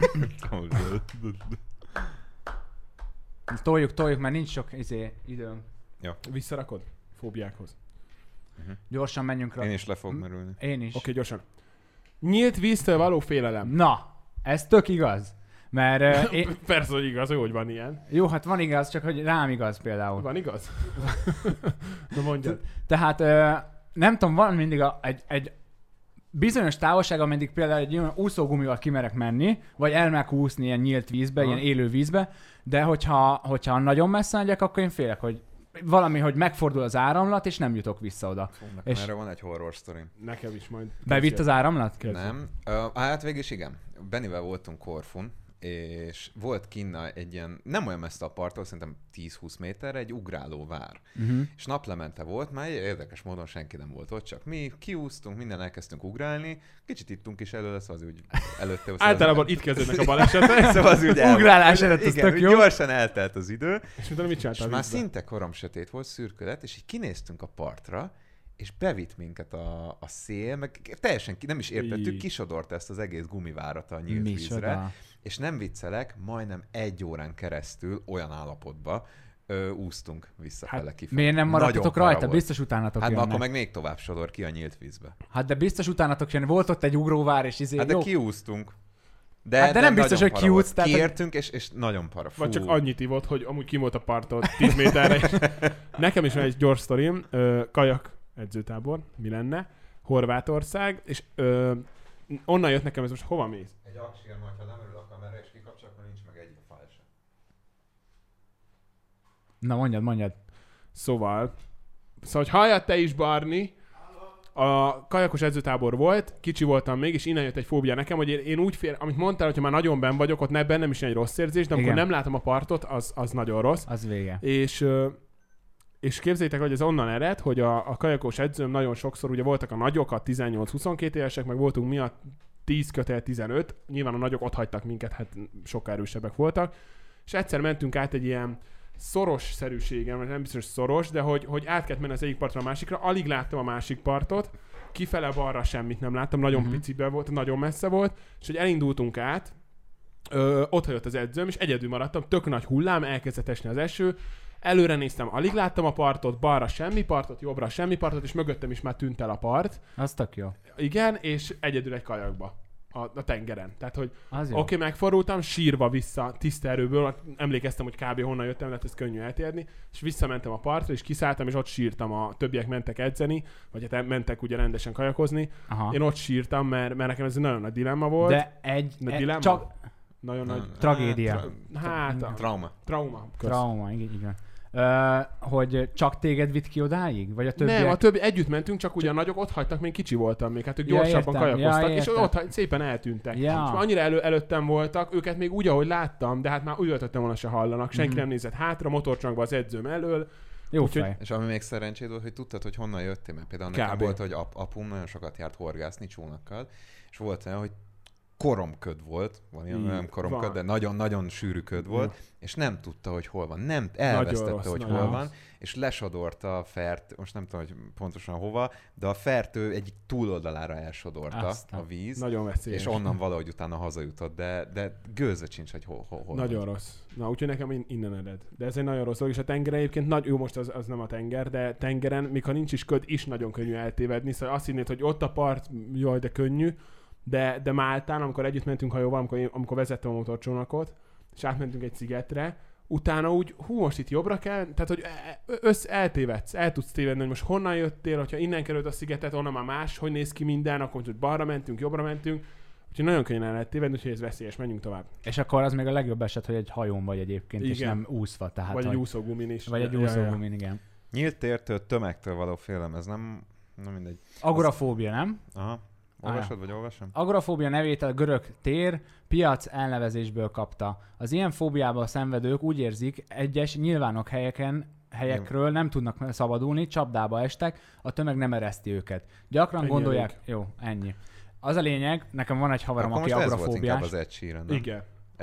Toljuk, mert nincs sok időnk. Jó. Visszarakod? Fóbiákhoz. Gyorsan menjünk rá. Én is le fog merülni. Én is. Oké, gyorsan. Nyílt víztől való félelem. Na, ez tök igaz. Mert Persze, hogy igaz, hogy van ilyen. Jó, hát van igaz, csak hogy rám igaz például. Van igaz? Na mondjad. Tehát nem tudom, van mindig egy bizonyos távolság, ameddig például egy olyan úszógumival kimerek menni, vagy elmerek úszni ilyen nyílt vízbe, ilyen élő vízbe, de hogyha nagyon messze megyek, akkor én félek, hogy valami, hogy megfordul az áramlat, és nem jutok vissza oda. És erre van egy horror sztorim. Nekem is majd. Bevitt az áramlat? Nem. Hát végig is igen. Bennivel voltunk Korfun, és volt kinna egy ilyen, nem olyan messze a parttól, szerintem 10-20 méterre, egy ugráló vár. És naplemente volt, már érdekes módon senki nem volt ott, csak mi kiúztunk, minden elkezdtünk ugrálni, kicsit ittunk is előle, szóval az úgy előtte. Általában itt kezdődnek a balesetek. Szóval az úgy ugrálás előtt, az igen, tök jó. Gyorsan eltelt az idő, És mit csináltál? és már szinte koromsötét volt, szürkület, és így kinéztünk a partra, és bevitt minket a szél, meg teljesen nem is értettük, kisodort ezt az egész gumivárat a nyílt vízre. És nem viccelek, majdnem 1 órán keresztül olyan állapotba úsztunk visszafele kifelé. Miért nem maradtatok rajta? Biztos utánatok jönnek. Hát akkor meg még tovább sodor ki a nyílt vízbe. Hát de biztos utánatok jönnek. Volt ott egy ugróvár, és Hát de kiúztunk. De nem biztos, hogy kiútsz. Kiértünk, és nagyon para. Vagy csak annyit ivott, hogy amúgy kim volt a parton 10 méterre. Nekem is van egy gyors sztorim, kajak edzőtábor, mi lenne, Horvátország, és onnan jött nekem ez, most hova mész? Egy aksírma, ha nem örül a kamera és kikapcsol, akkor nincs meg egyik fáj sem. Na mondjad. Szóval, hogy halljad te is, Barni, a kajakos edzőtábor volt, kicsi voltam még, és innen jött egy fóbia nekem, hogy én úgy amit mondtál, hogyha már nagyon benn vagyok, ott bennem is egy rossz érzés, de amikor nem látom a partot, az nagyon rossz. Az vége. És képzeljétek, hogy ez onnan ered, hogy a kajakos edzőm nagyon sokszor, ugye voltak a nagyok, a 18-22 évesek, meg voltunk mi a 10-15, nyilván a nagyok ott hagytak minket, hát sokkal erősebbek voltak, és egyszer mentünk át egy ilyen szoros-szerűségen, nem biztos szoros, de hogy át kellett menni az egyik partra a másikra, alig láttam a másik partot, kifele balra semmit nem láttam, nagyon piciben volt, nagyon messze volt, és hogy elindultunk át, ott hagyott az edzőm, és egyedül maradtam, tök nagy hullám, elkezdett esni az eső, előre néztem, alig láttam a partot, balra semmi partot, jobbra semmi partot, és mögöttem is már tűnt el a part. Az tök jó. Igen, és egyedül egy kajakba. A tengeren. Tehát, hogy oké, megfordultam, sírva vissza tiszta erőből, emlékeztem, hogy kb. Honnan jöttem, mert ez könnyű eltérni, és visszamentem a partra, és kiszálltam, és ott sírtam, a többiek mentek edzeni, vagy hát mentek ugye rendesen kajakozni. Aha. Én ott sírtam, mert nekem ez egy nagyon nagy dilemma volt. De dilemma? Csak... Nagyon nagy... Tragédia. Trauma, igen. Hogy csak téged vitt ki odáig? Vagy a többiek? Nem, a többi együtt mentünk, csak ugye a nagyok ott hagytak, még kicsi voltam még, hát ők gyorsabban kajakoztak, és ott szépen eltűntek. Ja. És annyira előttem voltak, őket még úgy, ahogy láttam, de hát már úgy öltöttem volna se hallanak, senki nem nézett hátra, motorcsomagba az edzőm elől. Jó fej. És ami még szerencséd volt, hogy tudtad, hogy honnan jöttél, mert például nekem volt, hogy apum nagyon sokat járt horgászni csónakkal, és volt olyan, hogy koromköd volt, van ilyen nem koromköd, de nagyon-nagyon sűrű köd volt, és nem tudta, hogy hol van. Nem, elvesztette, hogy hol van, és lesodorta a fert, most nem tudom, hogy pontosan hova, de a fertő egyik túloldalára elsodorta a víz, nagyon veszélyes. És onnan valahogy utána hazajutott, de gőzött sincs, hogy hol nagyon van. Rossz. Na, úgyhogy nekem innen ered. De ez egy nagyon rossz dolog, és a tengeren egyébként, jó, most az nem a tenger, de tengeren, még ha nincs is köd, is nagyon könnyű eltévedni, szóval azt hinnéd, hogy ott a part, jaj, de könnyű, de Máltán, amikor együtt mentünk hajóval, amikor vezettem a motorcsónakot, és átmentünk egy szigetre, utána úgy, most itt jobbra kell, tehát hogy eltévedsz, el tudsz tévedni, hogy most honnan jöttél, hogyha innen került a szigetet, onnan már más, hogy néz ki minden, akkor hogy balra mentünk, jobbra mentünk, úgyhogy nagyon könnyen el lehet tévedni, úgyhogy ez veszélyes, menjünk tovább. És akkor az még a legjobb eset, hogy egy hajón vagy egyébként, igen. És nem úszva. Tehát, vagy egy úszógumin is. Vagy egy úszógumin, igen. Nyílt tértől, tömegtől való félelem, ez nem mindegy. Agorafóbia, nem? Aha. Olvasod, vagy olvasom? Agorafóbia nevét a görög tér piac elnevezésből kapta. Az ilyen fóbiában szenvedők úgy érzik, egyes nyilvánok helyekről nem tudnak szabadulni, csapdába estek, a tömeg nem ereszti őket. Gyakran ennyi gondolják... Elég. Jó, ennyi. Az a lényeg, nekem van egy haverom, aki agorafóbiás. Ez volt inkább az Ed Sheeran, nem? Igen.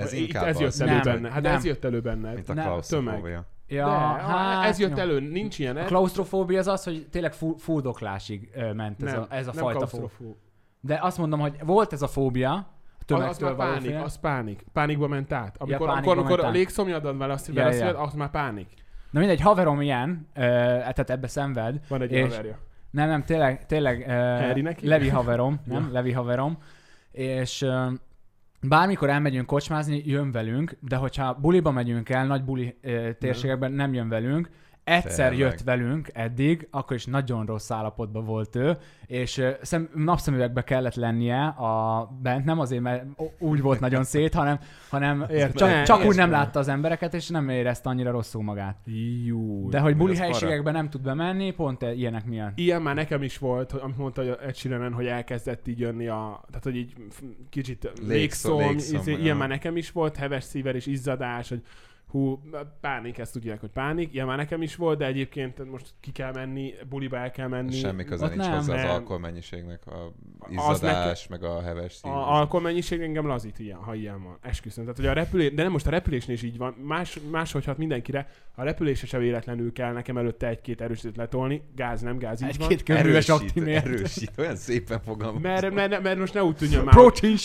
Ez jött elő benne. Hát ez jött elő benne. Mint a klaustrofóbia. Ja, hát, ez jött elő, nincs ilyen. A klaustrofóbia az az, hogy tényleg fuldoklásig ment ez a fajta fóbia. De azt mondom, hogy volt ez a fóbia, az már pánik, az pánik. Pánikba ment át. Amikor a légszomjadon vele azt beleszéled, az már pánik. Na mindegy, haverom ilyen, tehát ebbe szenved. Van egy haverja. Nem, tényleg Levi haverom, nem? Levi haverom. És bármikor elmegyünk kocsmázni, jön velünk, de hogyha buliba megyünk el, nagy buli térségekben nem jön velünk. Egyszer jött velünk eddig, akkor is nagyon rossz állapotban volt ő, és napszemüvegbe kellett lennie bent, nem azért, mert úgy volt nagyon szét, hanem csak úgy nem látta az embereket, és nem érezte annyira rosszul magát. Jú, de hogy buli helyiségekben nem tud bemenni, pont ilyenek miatt. Ilyen már nekem is volt, amit mondta Ed Sheeran, hogy elkezdett így jönni tehát hogy így kicsit légszom, ilyen már nekem is volt, heves szíver és izzadás, hogy pánik, ezt tudják, hogy pánik. Ilyen már nekem is volt, de egyébként most ki kell menni, buliba el kell menni. Semmi köze nincs hozzá az alkoholmennyiségnek, a izzadás, meg a heves szív. A alkoholmennyiség engem lazít ilyen, ha ilyen van. Esküszöm. Tehát, hogy a repülés, de nem most a repülésnél is így van. Máshogy hat mindenkire. A repülésre se véletlenül kell nekem előtte egy-két erősítőt letolni. Gáz, nem gáz, így van. Egy-két körülös aktimért. Erősít, olyan szépen fogalmaz. Mert most ne úgy tűnjön már. Protein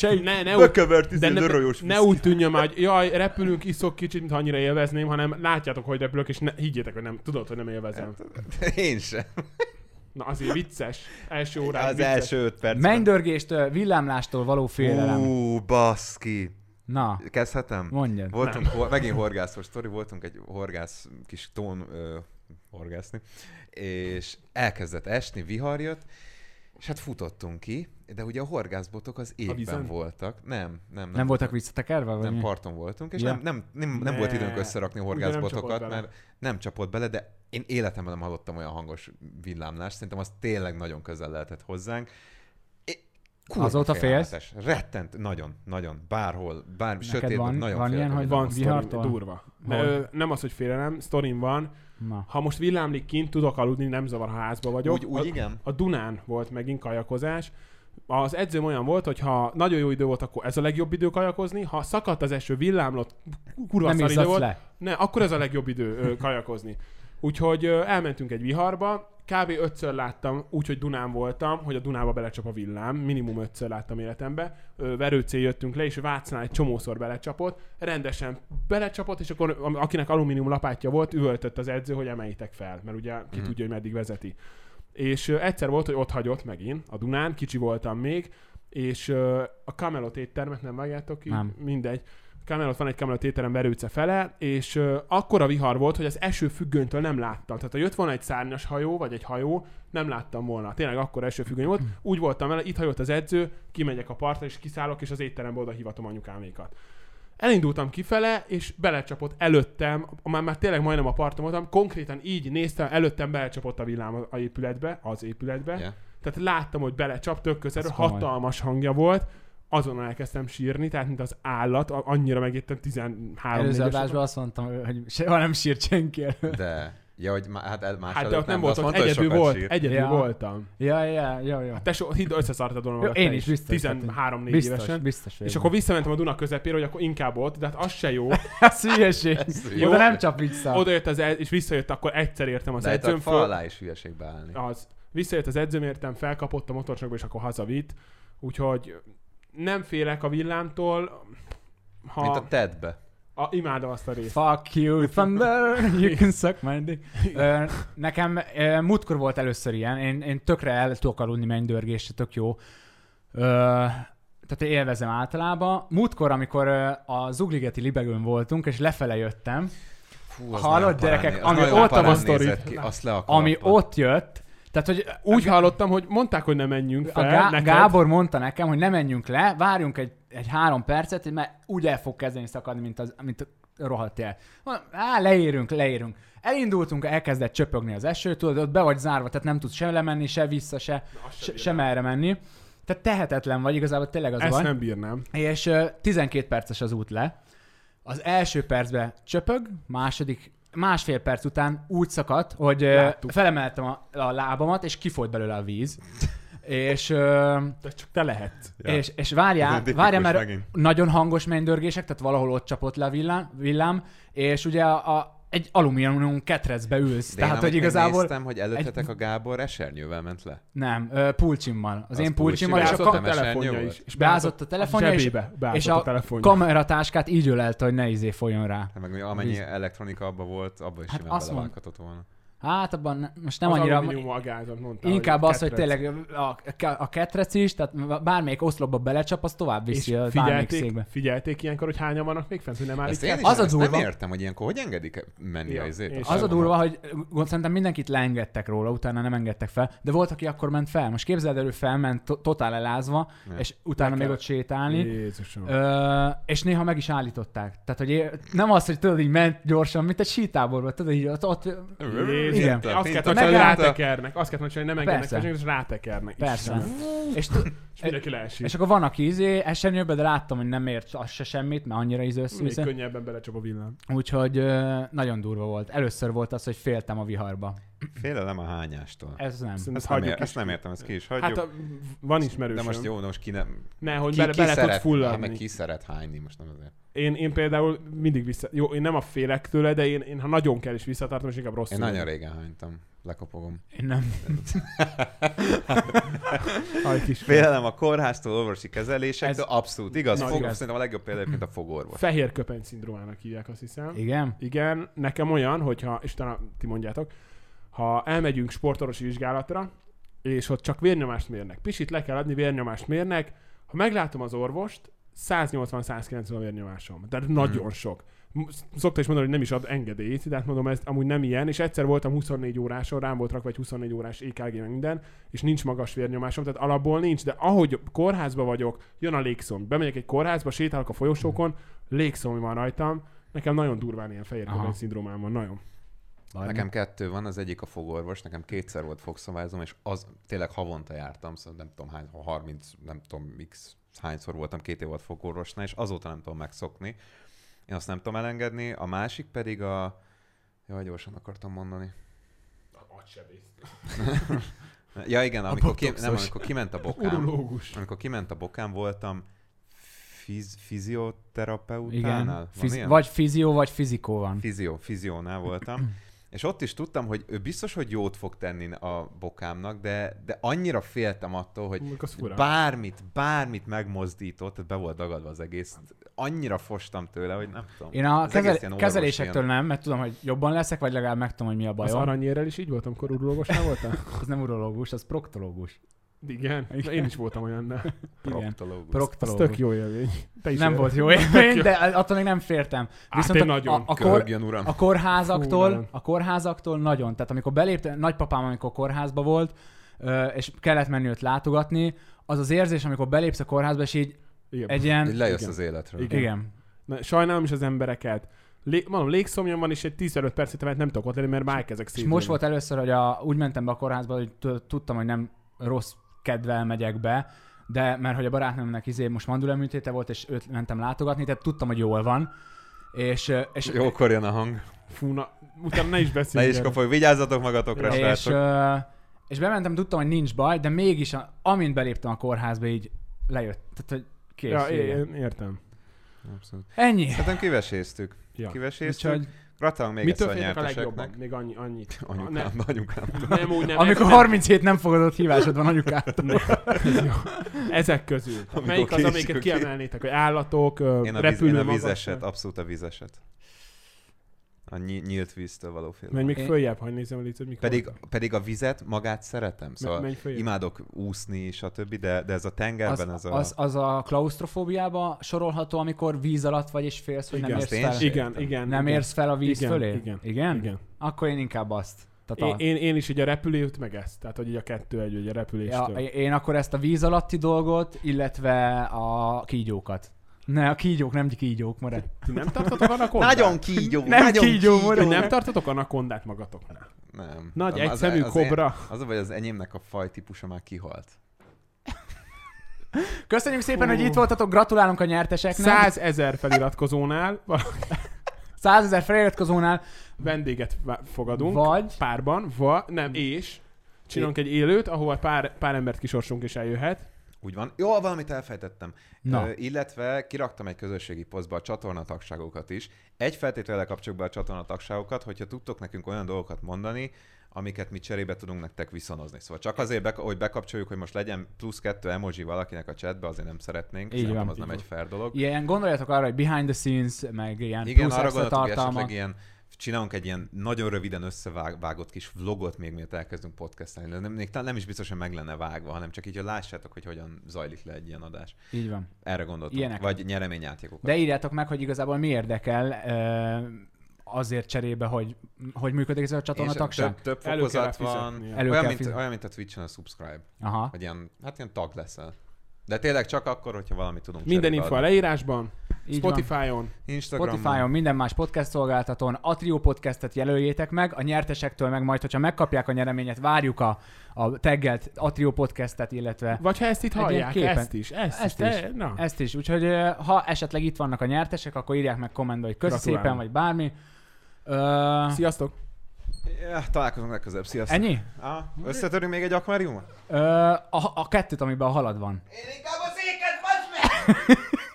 shake. Ne úgy tűnjön már, hogy jaj, repülünk, iszok kicsit, mintha annyira élvezném, hanem látjátok, hogy repülök, és higgyétek, hogy nem, tudod, hogy nem élvezem. Én sem. Na azért vicces. Első órán az vicces. első 5 perc. Mennydörgéstől, villámlástól való félelem. Baszki. Na. Kezdhetem? Mondjad. Voltunk, megint horgászos sztori, voltunk egy horgász kis tón horgászni, és elkezdett esni, vihar jött, és hát futottunk ki, de ugye a horgászbotok az égben voltak. Nem voltak visszatekerve? Vagy nem, parton voltunk, és nem volt időnk összerakni a horgászbotokat, mert nem csapott bele, de én életemben nem hallottam olyan hangos villámlást. Szerintem az tényleg nagyon közel lehetett hozzánk. Azóta félsz? Rettent, nagyon. Bárhol, sötétben nagyon van ilyen, hogy van vihartól? Durva. Nem az, hogy félelem, sztorim van. Na. Ha most villámlik kint, tudok aludni, nem zavar, ha házba vagyok. Úgy igen. A Dunán volt megint kajakozás. Az edzőm olyan volt, hogy ha nagyon jó idő volt, akkor ez a legjobb idő kajakozni. Ha szakadt az eső, villámlott, kurva szar idő volt, akkor ez a legjobb idő kajakozni. Úgyhogy elmentünk egy viharba, kb. 5-ször láttam, úgyhogy Dunán voltam, hogy a Dunába belecsap a villám. Minimum 5-ször láttam életembe. Verőcén jöttünk le, és Vácnál egy csomószor belecsapott. Rendesen belecsapott, és akkor akinek alumínium lapátja volt, üvöltött az edző, hogy emeljétek fel, mert ugye ki tudja, hogy meddig vezeti. És egyszer volt, hogy ott hagyott megint a Dunán, kicsi voltam még, és a Camelot éttermet nem vágjátok ki? Nem. Mindegy. Van egy Camelot étterem Verőce fele, és akkora vihar volt, hogy az esőfüggönytől nem láttam. Tehát ha jött volna egy szárnyas hajó, vagy egy hajó, nem láttam volna. Tényleg akkora esőfüggöny volt. Úgy voltam vele, itt hajolt az edző, kimegyek a partra, és kiszállok, és az étterembe oda hívatom anyukámékat. Elindultam kifele, és belecsapott előttem, már tényleg majdnem a parton voltam, konkrétan így néztem, előttem belecsapott a villám az épületbe. Yeah. Tehát láttam, hogy belecsap, tök közelről, hatalmas hangja volt, azonnal elkezdtem sírni, tehát mint az állat, annyira megértem 13 Előző adásban azt mondtam, hogy soha nem sírt senki. De... Ja, hogy de ott nem volt, egyedül voltam. Ja. Hát te összeszartad volna magad. Én is biztos. 13-4 évesen. Biztos. És akkor visszamentem a Duna közepére, hogy akkor inkább ott, de hát az se jó. Ez hülyeség. Oda nem csap vissza. Oda jött és visszajött, akkor egyszer értem az edzőm föl. De fal alá is hülyeségbe állni. Az. Visszajött az edzőm, értem, felkapott a motorcsókba, és akkor hazavitt. Úgyhogy nem félek a villámtól. Mint a Tedbe. Imádom azt a részt. Fuck you, Thunder, you can suck my dick. Nekem múltkor volt először ilyen, én tökre el tudok aludni mennydörgésre, tök jó. Tehát élvezem általában. Múltkor, amikor a Zugligeti libegőn voltunk, és lefele jöttem, hallott gyerekek, ami ott jött, tehát, hogy úgy hallottam, hogy mondták, hogy ne menjünk fel. Gábor mondta nekem, hogy ne menjünk le, várjunk egy 3 percet, mert úgy el fog kezdeni szakadni, mint a rohadt jel. Leérünk. Elindultunk, elkezdett csöpögni az eső, tudod, ott be vagy zárva, tehát nem tudsz se lemenni, se vissza, se merre menni. Tehát tehetetlen vagy, igazából tényleg az van. Ezt nem bírnám. És 12 perces az út le. Az első percben csöpög, másfél perc után úgy szakadt, hogy felemeltem a lábamat, és kifolyt belőle a víz. És csak te lehetsz. Ja. És várjál, mert megint nagyon hangos mennydörgések, tehát valahol ott csapott le a villám, és ugye egy alumínium ketrecbe ülsz. De tehát, hogy igazából néztem, hogy előttetek a Gábor esernyővel ment le. Nem, pulcsimmal. Az én pulcsimmal, és a telefonja is. És beázott a telefonja, és a kameratáskát így ölelte, hogy ne folyjon rá. Hát meg amennyi elektronika abban volt, abban is simán belevághatott volna. Hát abban most nem az annyira... mondta, inkább az, hogy tényleg a ketrec is, tehát bármelyik oszlopba belecsap, az tovább viszi a bármelyik székbe. Figyelték ilyenkor, hogy hányan vannak még fent, hogy nem állítják? Az a durva... Nem értem, hogy ilyenkor hogy engedik menni azért. Az a durva, hogy szerintem mindenkit leengedtek róla, utána nem engedtek fel, de volt, aki akkor ment fel. Most képzeld el, ő felment totál elázva, és utána még ott sétálni. És néha meg is állították. Tehát, hogy nem az, hogy tudod, így ment gyorsan, mint egy sítáborban, tudod, így ott igen. Azt kell mondani, hogy rátekernek. Azt kell mondani, hogy nem engednek fel, és rátekernek. Persze. És akkor van, aki esernyőbe, de láttam, hogy nem ért az se semmit, mert annyira össze. Még könnyebben belecsap a villám. Úgyhogy nagyon durva volt. Először volt az, hogy féltem a viharba. Félelem a hányástól. Ez nem. Ezt nem értem, ezt ki is hagyjuk. Hát van ismerősöm. De most jó, de most ki nem... Hogy bele tud fulladni. Meg ki szeret hányni, most nem azért. Én például mindig jó, én nem a félek tőle, de én ha nagyon kell is visszatartom, és inkább rosszul. Én nagyon régen hánytam. Lekopogom. Én nem. Félelem a kórháztól, orvosi kezelésektől, abszolút igaz. Szerintem a legjobb példa a fogorvos. Fehér köpeny szindrómának hívják, azt hiszem. Igen? Igen. Nekem olyan, hogyha, és talán ti mondjátok, ha elmegyünk sportorvosi vizsgálatra, és ott csak vérnyomást mérnek. Pisit le kell adni, vérnyomást mérnek. Ha meglátom az orvost, 180-190 a vérnyomásom. Tehát nagyon sok. Szokta is mondani, hogy nem is ad engedélyt, de hát mondom, ez amúgy nem ilyen, és egyszer voltam 24 óráson, rám volt rakva egy 24 órás EKG meg minden, és nincs magas vérnyomásom, tehát alapból nincs, de ahogy kórházba vagyok, jön a légszomj. Bemegyek egy kórházba, sétálok a folyosókon, légszomj van rajtam, nekem nagyon durván ilyen fehérköpeny szindrómám van, nagyon. Nekem 2 van, az egyik a fogorvos, nekem 2-szer volt fogszabályzom, és az tényleg havonta jártam, szóval nem tudom hány, 30, nem tudom x hányszor voltam, 2 év volt fogorvosnál, és azóta nem tudom megszokni. Én azt nem tudom elengedni, a másik pedig a... Jaj, gyorsan akartam mondani. Ja igen, amikor kiment a bokám. Urológus. Amikor kiment a bokám, voltam fizioterapeutánál. Igen, vagy fizió, vagy fizikó van. Fiziónál voltam. És ott is tudtam, hogy ő biztos, hogy jót fog tenni a bokámnak, de annyira féltem attól, hogy bármit megmozdított, be volt dagadva az egész. Annyira fostam tőle, hogy nem tudom. Én a kezelésektől nem, mert tudom, hogy jobban leszek, vagy legalább megtudom, hogy mi a bajom. Az aranyérrel is így voltam, amikor urológusnál voltam? Az nem urológus, az proktológus. Igen, én is voltam olyannál. Proktológus. Az tök jó élmény. Nem volt jó élmény, de attól még nem fértem. Viszont a kórházaktól nagyon. Tehát amikor beléptem, nagypapám amikor kórházba volt, és kellett menni őt látogatni, az érzés, amikor belépsz a kórházba, és így egy ilyen... Lejössz az életről. Igen. Na, sajnálom is az embereket. Mondom, légszomjam van, és egy 15 percet nem tudok ott lenni, mert már elkezdek szétülni. És most volt először, hogy úgy mentem be a kórházba, hogy tudtam, hogy nem rossz kedvel megyek be, de mert hogy a barátnőmnek most mandulaműtéte volt, és őt mentem látogatni, tehát tudtam, hogy jól van. És jókor jön a hang. Fú, na, utána ne is beszéljünk. Ne is kapolj, vigyázzatok magatokra, srácok. És bementem, tudtam, hogy nincs baj, de mégis, amint beléptem a kórházba, így lejött. Tehát, hogy kész. Ja, én értem. Abszolút. Ennyi. Szerintem kiveséztük. Ja. Kiveséztük. Gratulálunk még egyszer a nyerteseknek. Még annyit. Anyukám. Amikor 37 nem fogadott hívásod van anyukától. Ezek közül. Melyik az, amiket kiemelnétek? Hogy állatok, repülő, Én a vizeset, abszolút a vizeset. A nyílt víztől való félelem. Menj még följebb, ha nézem, hogy mikor. Pedig a vizet magát szeretem. Szóval imádok úszni, stb. De ez a tengerben... Az a klaustrofóbiába sorolható, amikor víz alatt vagy és félsz, hogy nem érsz fel. Igen. Nem érsz fel a víz fölé? Igen. Akkor én inkább azt. Én is így a repülőt, meg ezt. Tehát, hogy így a 2-1, hogy a repüléstől. Ja, én akkor ezt a víz alatti dolgot, illetve a kígyókat. Ne, a kígyók nem kígyók, more. Ti nem tartotok anakondát? Nagyon kígyó. Nem kígyó, more. Nem tartotok anakondát magatoknál? Nem. Nagy egyszemű kobra. Az a baj, az enyémnek a fajtípusa már kihalt. Köszönjük szépen, hogy itt voltatok, gratulálunk a nyerteseknek. 100 000 feliratkozónál. 100 000 feliratkozónál vendéget fogadunk. Vagy párban, és csinálunk egy élőt, ahova pár embert kisorsunk és eljöhet. Úgy van. Jó, valamit elfejtettem. Illetve kiraktam egy közösségi posztba a csatornatagságokat is. Egy feltétellel kapcsoljuk be a csatornatagságokat, hogyha tudtok nekünk olyan dolgokat mondani, amiket mi cserébe tudunk nektek viszonozni. Szóval csak azért, hogy bekapcsoljuk, hogy most legyen +2 emoji valakinek a chatbe, azért nem szeretnénk. Szerintem az nem egy fair dolog. Ilyen gondoljatok arra, hogy behind the scenes, meg ilyen plusz extra tartalmak. Csinálunk egy ilyen nagyon röviden összevágott kis vlogot még miért elkezdünk podcastelni. Nem is biztos, hogy meg lenne vágva, hanem csak így, hogy lássátok, hogy hogyan zajlik le egy ilyen adás. Így van. Erre gondoltam. Ilyenek. Vagy nyereményjátékokat. De írjátok meg, hogy igazából mi érdekel azért cserébe, hogy működik ez a csatornatagság. Több fokozat van. Olyan, mint a Twitch-en a subscribe. Aha. Vagy ilyen tag leszel. De tényleg csak akkor, hogyha valamit tudunk minden info a leírásban. Így Spotify-on, Instagramon, minden más podcast szolgáltatón, a Trio podcastet jelöljétek meg, a nyertesektől meg majd, hogyha megkapják a nyereményet, várjuk a taggelt a Trio podcastet, illetve... Vagy ha ezt itt hallják, ezt is. Úgyhogy ha esetleg itt vannak a nyertesek, akkor írják meg kommentbe, hogy köszi szépen, vagy bármi. Sziasztok! Ja, találkozunk legközelebb, sziasztok! Ennyi? Összetörünk még egy akváriumot? A kettőt, amiben a halad van. Én inkább a széket, bazd meg!